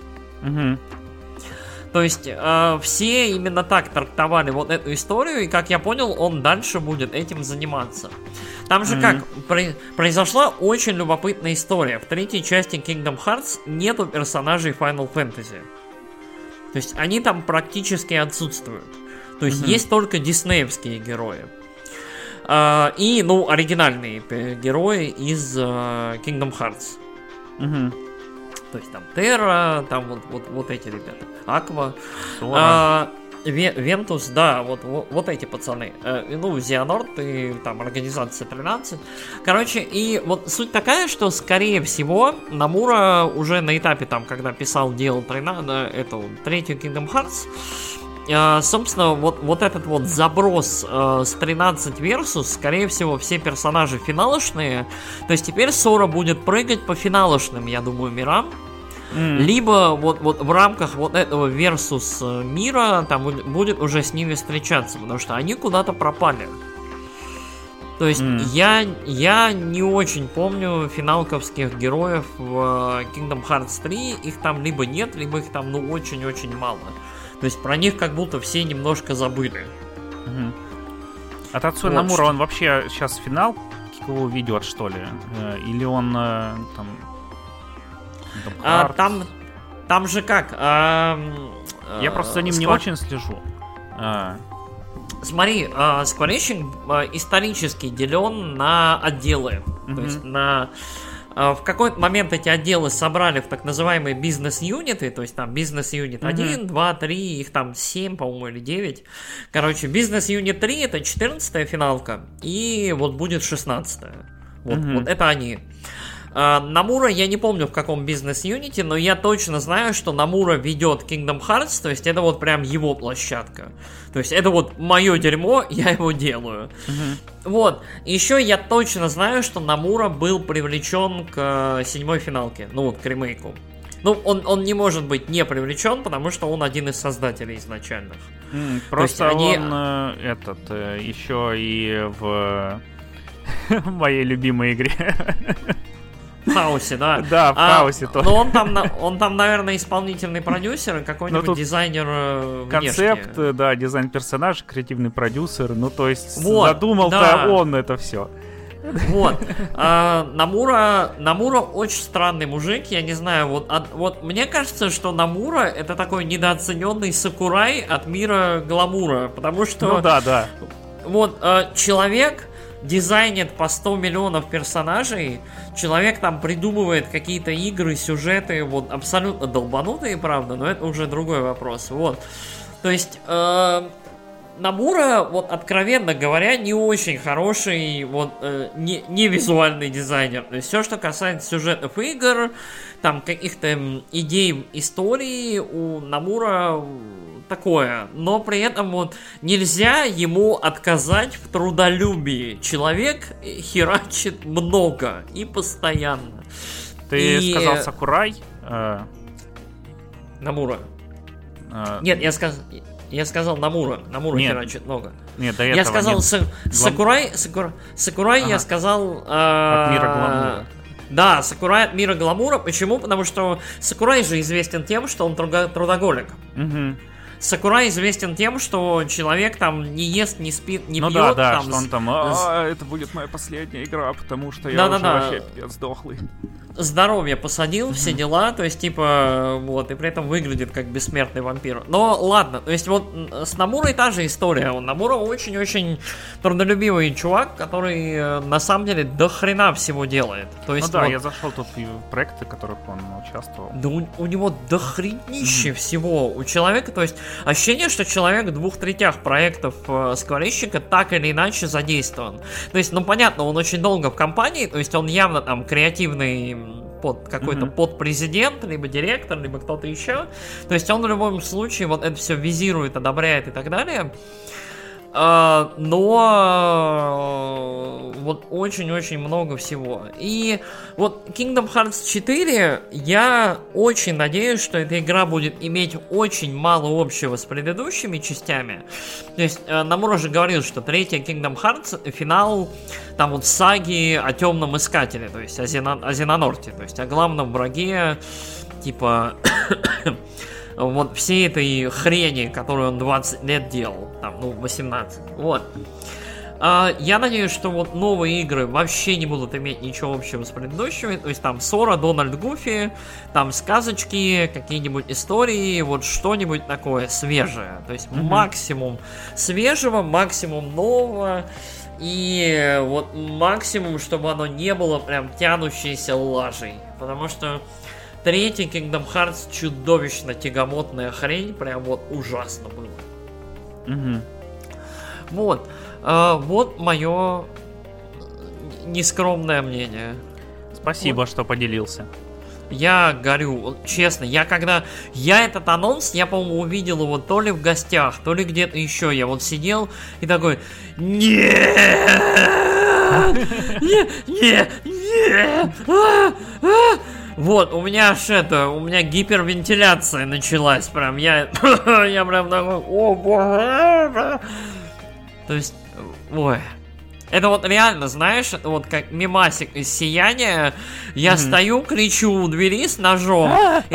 То есть все именно так трактовали вот эту историю, и, как я понял, он дальше будет этим заниматься. Там же как, произошла очень любопытная история. В третьей части Kingdom Hearts нету персонажей Final Fantasy. То есть они там практически отсутствуют. То есть есть только диснеевские герои. И, ну, оригинальные герои из Kingdom Hearts. То есть там Терра, там вот эти ребята. Аква. Вентус, да, вот эти пацаны. Ну, Зианорд и там Организация 13. Короче, и вот суть такая, что, скорее всего, Намура уже на этапе, там, когда писал, делал третью Kingdom Hearts, собственно, вот этот вот заброс с 13 Versus, скорее всего, все персонажи финалочные. То есть теперь Сора будет прыгать по финалочным, я думаю, мирам. Либо вот в рамках вот этого Versus мира там будет уже с ними встречаться, потому что они куда-то пропали. То есть я не очень помню финалковских героев в Kingdom Hearts 3. Их там либо нет, либо их там ну очень-очень мало. То есть про них как будто все немножко забыли. А Тацуя Намура, он вообще сейчас финал его ведет, что ли? Или он там... Там же как? Я просто за ним не очень слежу. Смотри, Square исторически делен на отделы. То есть в какой-то момент эти отделы собрали в так называемые бизнес-юниты. То есть там бизнес-юнит 1, 2, 3, их там 7, по-моему, или 9. Короче, бизнес-юнит 3 это 14-я финалка. И вот будет 16-я. Вот это они. Намура, я не помню в каком бизнес-юните, но я точно знаю, что Намура ведет Kingdom Hearts, то есть это вот прям его площадка. То есть это вот мое дерьмо, я его делаю. Вот. Еще я точно знаю, что Намура был привлечен к 7-й финалке, ну вот к ремейку. Ну, он не может быть не привлечен, потому что он один из создателей изначальных. Просто он еще и в моей любимой игре. В Хаосе, да. Да, в Хаосе тоже. Но он там, наверное, исполнительный продюсер и какой-нибудь дизайнер концепт, внешний. Да, дизайн персонажа, креативный продюсер. Ну, то есть, задумал-то он это все. Вот. Намура очень странный мужик, я не знаю, вот мне кажется, что Намура это такой недооцененный сакурай от мира гламура, потому что... Ну да. Вот, человек дизайнит по 100 миллионов персонажей, человек там придумывает какие-то игры, сюжеты, вот, абсолютно долбанутые, правда, но это уже другой вопрос, вот. То есть, Намура, вот откровенно говоря, не очень хороший, вот, не визуальный дизайнер. То есть все, что касается сюжетов игр, там каких-то идей истории, у Намура такое. Но при этом вот нельзя ему отказать в трудолюбии. Человек херачит много и постоянно. Ты сказал Сакурай? Намура. Нет, я сказал Намура. Намура херачит много. Нет, до этого я сказал Сакурай, ага. Я сказал... От мира гламура. Да, Сакурай от мира гламура. Почему? Потому что Сакурай же известен тем, что он трудоголик. Угу. Сакурай известен тем, что человек там не ест, не спит, не пьет. Ну да, там, что он там, это будет моя последняя игра, потому что я уже вообще пипец сдохлый. Здоровье посадил, все дела, то есть, типа, вот, и при этом выглядит как бессмертный вампир. Но ладно, то есть, вот, с Намурой та же история. Намура очень-очень трудолюбивый чувак, который, на самом деле, до хрена всего делает. То есть, ну да, я зашел тут в проекты, в которых он участвовал. Да у него дохренище всего. У человека, то есть, ощущение, что человек в 2/3 проектов скворечника так или иначе задействован. То есть, ну, понятно, он очень долго в компании, то есть, он явно там креативный какой-то подпрезидент, либо директор, либо кто-то еще. То есть он в любом случае вот это все визирует, одобряет и так далее. Но вот очень-очень много всего. И вот Kingdom Hearts 4, я очень надеюсь, что эта игра будет иметь очень мало общего с предыдущими частями. То есть Намура же говорил, что третья Kingdom Hearts финал там вот саги о темном искателе, то есть о Зенонорте, то есть о главном враге, типа вот всей этой хрени, которую он 20 лет делал, там, ну, 18, вот. Я надеюсь, что вот новые игры вообще не будут иметь ничего общего с предыдущими, то есть там Сора, Дональд Гуфи, там сказочки, какие-нибудь истории, вот что-нибудь такое свежее, то есть максимум свежего, максимум нового, и вот максимум, чтобы оно не было прям тянущейся лажей, потому что третий Kingdom Hearts чудовищно тягомотная хрень, прям вот ужасно было. Вот. Вот мое нескромное мнение. Спасибо, что поделился. Я горю, вот, честно, я этот анонс, я, по-моему, увидел его то ли в гостях, то ли где-то еще. Я вот сидел и такой: Вот, у меня гипервентиляция началась, прям, я прям такой, о боже. То есть, ой. Это вот реально, знаешь, это вот как мемасик из «Сияния». Я стою, кричу у двери с ножом, и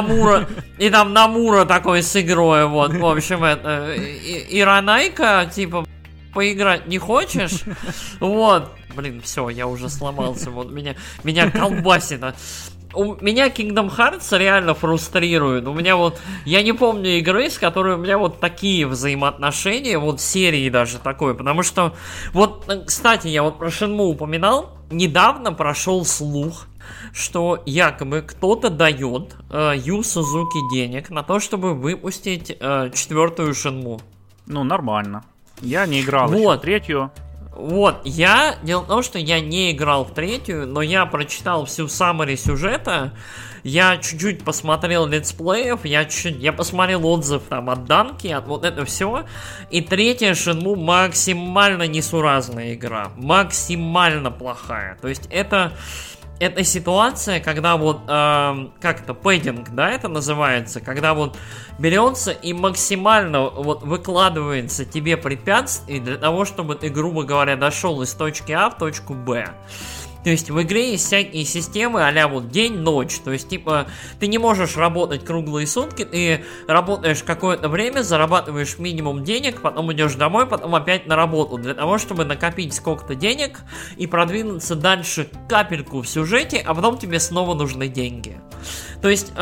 там Намура такой с игрой, вот, в общем, это, и Ранайка, типа, поиграть не хочешь? Вот. Блин, все, я уже сломался, вот, меня колбасит. У меня Kingdom Hearts реально фрустрирует. У меня вот... Я не помню игры, с которой у меня вот такие взаимоотношения, вот серии даже такой. Потому что... Вот, кстати, я вот про Shenmue упоминал. Недавно прошел слух, что якобы кто-то дает Ю Сузуки денег на то, чтобы выпустить 4-ю Shenmue. Ну, нормально. Я не играл еще в 3-ю. Вот, дело в том, что я не играл в 3-ю, но я прочитал всю саммари сюжета, я чуть-чуть посмотрел летсплеев, я посмотрел отзыв там от Данки, от вот это все, и 3-я Shenmue максимально несуразная игра, максимально плохая, то есть это ситуация, когда вот, как это, пэддинг, да, это называется, когда вот берется и максимально вот выкладывается тебе препятствий для того, чтобы ты, грубо говоря, дошел из точки А в точку Б. То есть в игре есть всякие системы а-ля вот день-ночь. То есть, типа, ты не можешь работать круглые сутки, ты работаешь какое-то время, зарабатываешь минимум денег, потом идешь домой, потом опять на работу. Для того, чтобы накопить сколько-то денег и продвинуться дальше капельку в сюжете, а потом тебе снова нужны деньги. То есть...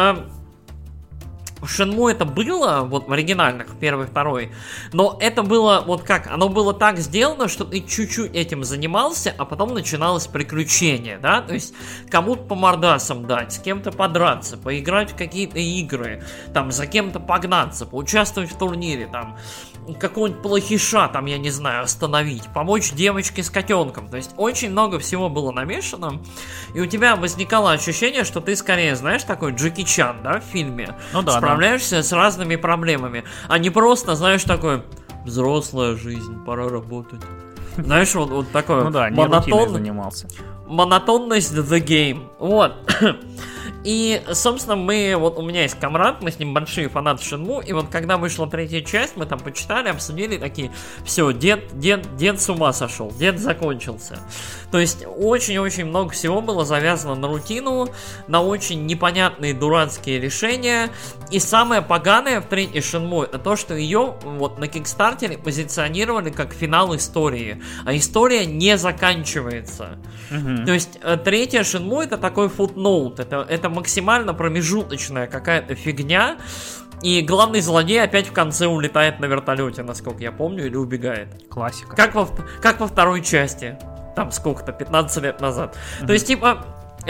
В Shenmue это было, вот в оригинальных, в первой, второй, но это было, вот как, оно было так сделано, что ты чуть-чуть этим занимался, а потом начиналось приключение, да, то есть кому-то по мордасам дать, с кем-то подраться, поиграть в какие-то игры, там, за кем-то погнаться, поучаствовать в турнире, там, какого-нибудь плохиша, там, я не знаю, остановить, помочь девочке с котенком. То есть очень много всего было намешано, и у тебя возникало ощущение, что ты скорее, знаешь, такой Джеки Чан, да, в фильме, ну, да, справляешься с разными проблемами, а не просто, знаешь, такой взрослая жизнь, пора работать. Знаешь, вот такой ну да, не рутиной занимался. Монотонность The Game. Вот. И, собственно, у меня есть комрад, мы с ним большие фанаты Shenmue, и вот когда вышла третья часть, мы там почитали, обсудили, такие, все, дед с ума сошел, дед закончился. То есть, очень-очень много всего было завязано на рутину, на очень непонятные дурацкие решения, и самое поганое в третьей Shenmue, это то, что ее вот на Кикстартере позиционировали как финал истории, а история не заканчивается. То есть, третья Shenmue это такой футноут, это максимально промежуточная какая-то фигня, и главный злодей опять в конце улетает на вертолете, насколько я помню, или убегает. Классика. Как во второй части, там сколько-то, 15 лет назад. То есть, типа,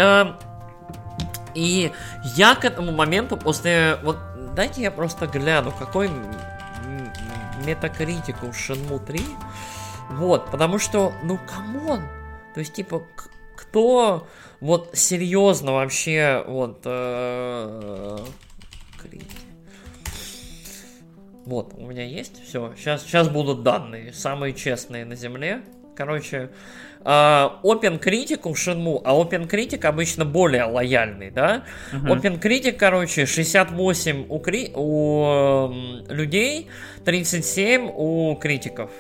и я к этому моменту после, вот, дайте я просто гляну, какой метакритик у Shenmue 3, вот, потому что, ну, камон, то есть, типа, кто вот серьезно вообще вот вот у меня есть все, сейчас будут данные самые честные на земле. Короче, OpenCritic у Shenmue, а OpenCritic обычно более лояльный, да? OpenCritic, короче, 68 у людей, 37 у критиков.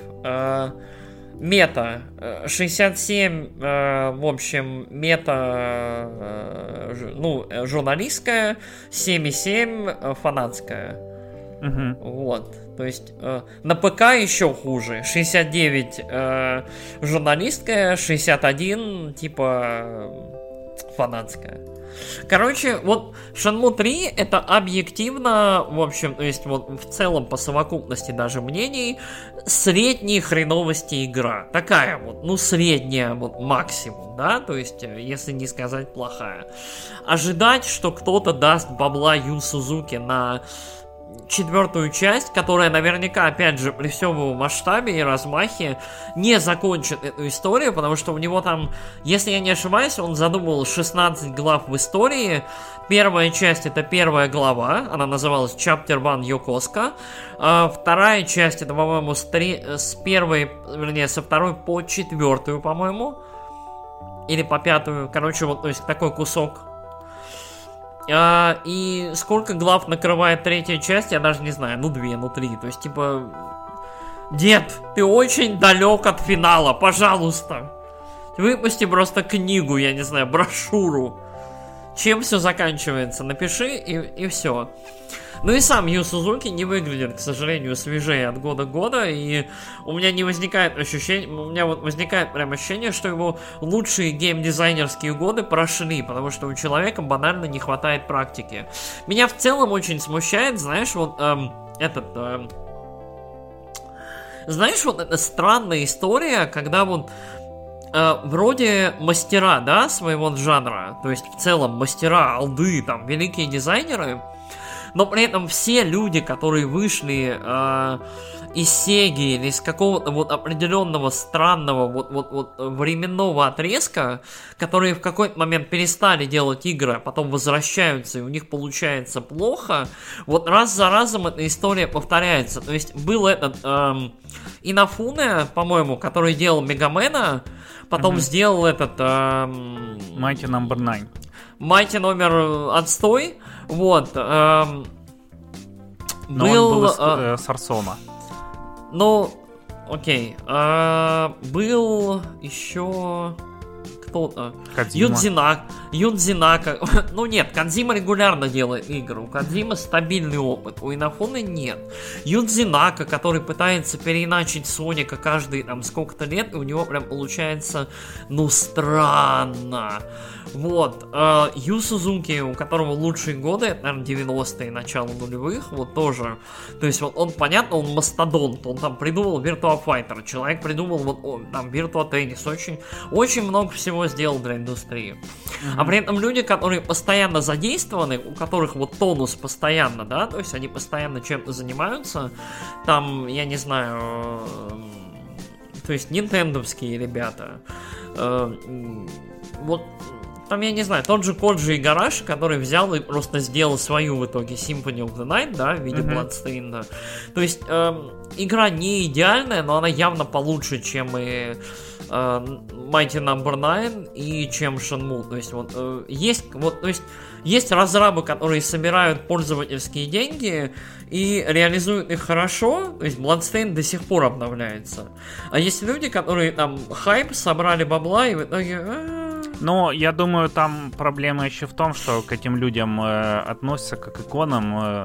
Мета 67, в общем, мета, ну, журналистская, 7,7 фанатская. Вот, то есть на ПК еще хуже, 69 журналистская, 61 типа фанатская. Короче, вот Shenmue 3 это объективно, в общем, то есть вот в целом по совокупности даже мнений, средней хреновости игра. Такая вот, ну средняя вот максимум, да, то есть если не сказать плохая. Ожидать, что кто-то даст бабла Ю Сузуки на четвертую часть, которая наверняка, опять же, при всем его масштабе и размахе не закончит эту историю, потому что у него там, если я не ошибаюсь, он задумал 16 глав в истории. Первая часть это первая глава, она называлась Chapter 1 Yokosuka. Вторая часть это, по-моему, с первой, вернее, со второй по четвертую, по-моему, или по пятую, короче, вот, то есть такой кусок. И сколько глав накрывает третья часть, я даже не знаю, ну 2, ну 3, то есть типа, дед, ты очень далек от финала, пожалуйста, выпусти просто книгу, я не знаю, брошюру, чем все заканчивается, напиши и все. Ну и сам Ю Сузуки не выглядит, к сожалению, свежее от года к году, и у меня не возникает ощущение, у меня вот возникает прям ощущение, что его лучшие геймдизайнерские годы прошли, потому что у человека банально не хватает практики. Меня в целом очень смущает, знаешь, вот знаешь, вот эта странная история, когда вот вроде мастера, да, своего жанра, то есть в целом мастера, алды, там, великие дизайнеры, но при этом все люди, которые вышли из Сеги или из какого-то вот определенного странного вот временного отрезка, которые в какой-то момент перестали делать игры, а потом возвращаются, и у них получается плохо, вот раз за разом эта история повторяется. То есть был этот Инафуне, по-моему, который делал Мегамена, потом сделал этот Mighty Number 9. Mighty номер отстой. Вот. Но был, он был из Сарсона. Ну, окей. Был еще кто-то. Юдзинака. Ну нет, Кодзима регулярно делает игры. У Кодзимы стабильный опыт. У Инафуны нет. Юдзинака, который пытается переиначить Соника каждые там сколько-то лет, и у него прям получается, ну, странно. Вот. Ю Сузуки, у которого лучшие годы, это, наверное, 90-е, начало нулевых, вот тоже. То есть, вот он, понятно, он мастодонт. Он там придумал Virtua Fighter. Человек придумал вот там Virtua Tennis. Очень много всего сделал для индустрии. А при этом люди, которые постоянно задействованы, у которых вот тонус постоянно, да, то есть они постоянно чем-то занимаются, там, я не знаю, то есть нинтендовские ребята, вот там, я не знаю, тот же Коджи Игараши, который взял и просто сделал свою в итоге Symphony of the Night, да, в виде Bloodstained, да. То есть игра не идеальная, но она явно получше, чем и Mighty Number 9 и чем Shenmue. То есть вот есть разрабы, которые собирают пользовательские деньги и реализуют их хорошо, то есть Bloodstained до сих пор обновляется. А есть люди, которые там хайп, собрали бабла и в итоге... Но я думаю, там проблема еще в том, что к этим людям относятся как к иконам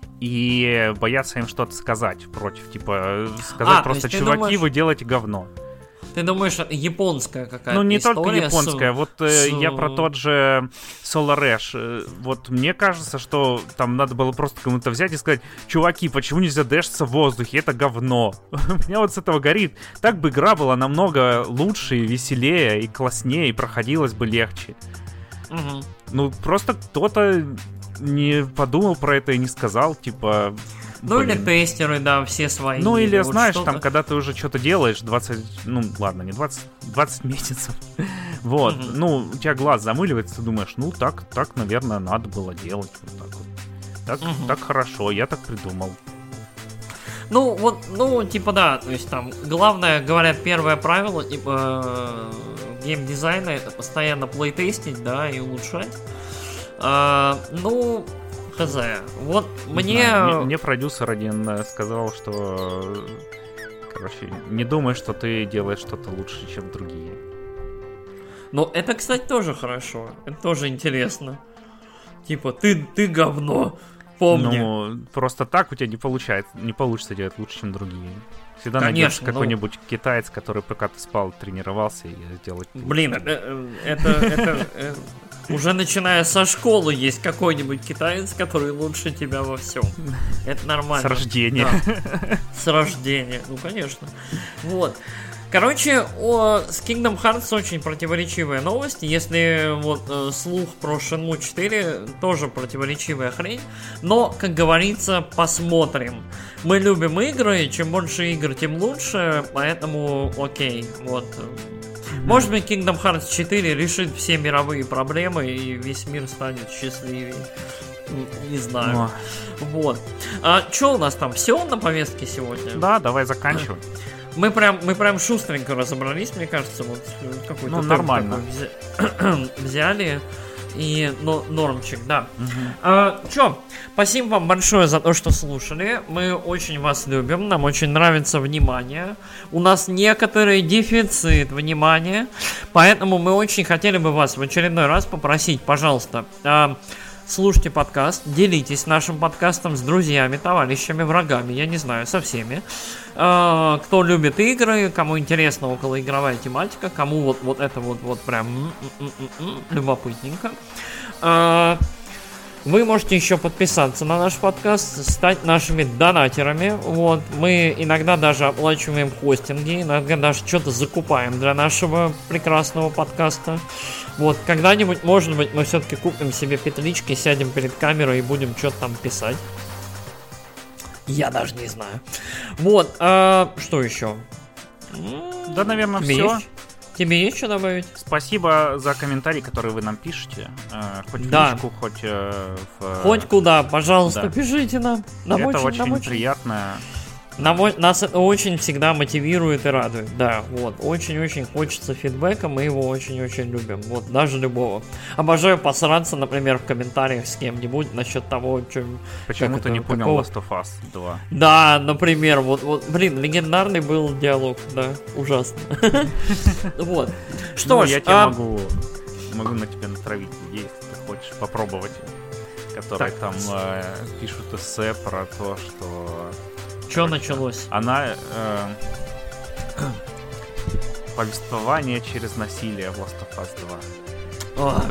и боятся им что-то сказать против. Типа сказать просто, чуваки, думаешь... вы делаете говно. Ты думаешь, это японская какая-то история? Ну, не только японская. Вот я про тот же Solar Ash. Вот мне кажется, что там надо было просто кому-то взять и сказать: чуваки, почему нельзя дэшиться в воздухе? Это говно. Меня вот с этого горит. Так бы игра была намного лучше, и веселее, и класснее, и проходилась бы легче. Угу. Ну, просто кто-то не подумал про это и не сказал, типа... Ну, или тестеры, да, все свои. Ну, или, вот знаешь, что-то... там, когда ты уже что-то делаешь, 20, ну, ладно, не 20, 20 месяцев, вот, ну, у тебя глаз замыливается, ты думаешь, ну, так, наверное, надо было делать, вот так вот. Так хорошо, я так придумал. Ну, вот, ну, типа, да, то есть там, главное, говорят, первое правило, типа, геймдизайна, это постоянно плейтестить, да, и улучшать. Ну... Вот мне продюсер один сказал, что, короче, не думай, что ты делаешь что-то лучше, чем другие. Ну, это, кстати, тоже хорошо. Это тоже интересно. Типа, ты говно. Помни. Ну, просто так у тебя не получится делать лучше, чем другие. Всегда найдется какой-нибудь китаец, который пока ты спал, тренировался и делать... Блин, это уже начиная со школы есть какой-нибудь китаец, который лучше тебя во всем. Это нормально. С рождения. Да. С рождения, ну конечно. Вот. Короче, с Kingdom Hearts очень противоречивая новость. Если вот слух про Shenmue 4, тоже противоречивая хрень. Но, как говорится, посмотрим. Мы любим игры, чем больше игр, тем лучше. Поэтому окей, вот. Может быть, Kingdom Hearts 4 решит все мировые проблемы и весь мир станет счастливее. Не знаю. Вот. Что у нас там? Все на повестке сегодня? Да, давай заканчивай. Мы прям шустренько разобрались, мне кажется, вот какой-то ну, нормально взяли. И нормчик, да. Чё, спасибо вам большое за то, что слушали. Мы очень вас любим, нам очень нравится внимание. У нас некоторый дефицит внимания, поэтому мы очень хотели бы вас в очередной раз попросить, пожалуйста, слушайте подкаст, делитесь нашим подкастом с друзьями, товарищами, врагами, я не знаю, со всеми. Кто любит игры, кому интересна околоигровая тематика, кому вот это вот прям любопытненько. Вы можете еще подписаться на наш подкаст, стать нашими донатерами. Вот. Мы иногда даже оплачиваем хостинги, иногда даже что-то закупаем для нашего прекрасного подкаста. Вот, когда-нибудь, может быть, мы все-таки купим себе петлички, сядем перед камерой и будем что-то там писать. Я даже не знаю. Вот, что еще? Да, наверное, все. Тебе есть что добавить? Спасибо за комментарии, которые вы нам пишете. Хоть в личку, хоть в... Хоть куда, пожалуйста, пишите нам. Это очень приятно. Нас это очень всегда мотивирует и радует. Да, вот. Очень-очень хочется фидбэка, мы его очень-очень любим. Вот, даже любого. Обожаю посраться, например, в комментариях с кем-нибудь насчет того, что... Почему ты не понял Last of Us 2? Да, например, вот, блин, легендарный был диалог, да, ужасно. Вот. Что ж, я тебе могу на тебя натравить идеи, если ты хочешь попробовать. Которые там пишут эссе про то, что... Что началось? Она повествование через насилие в Last of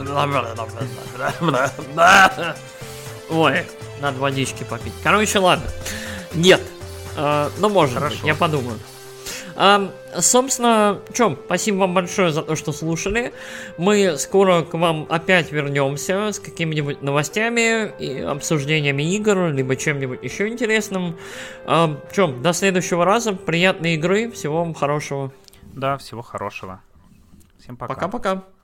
Us 2. Ой, надо водички попить. Короче, ладно. Нет. Ну, может быть, я подумаю. Собственно, спасибо вам большое за то, что слушали. Мы скоро к вам опять вернемся с какими-нибудь новостями и обсуждениями игр, либо чем-нибудь еще интересным. До следующего раза. Приятной игры. Всего вам хорошего. Да, всего хорошего. Всем пока. Пока-пока.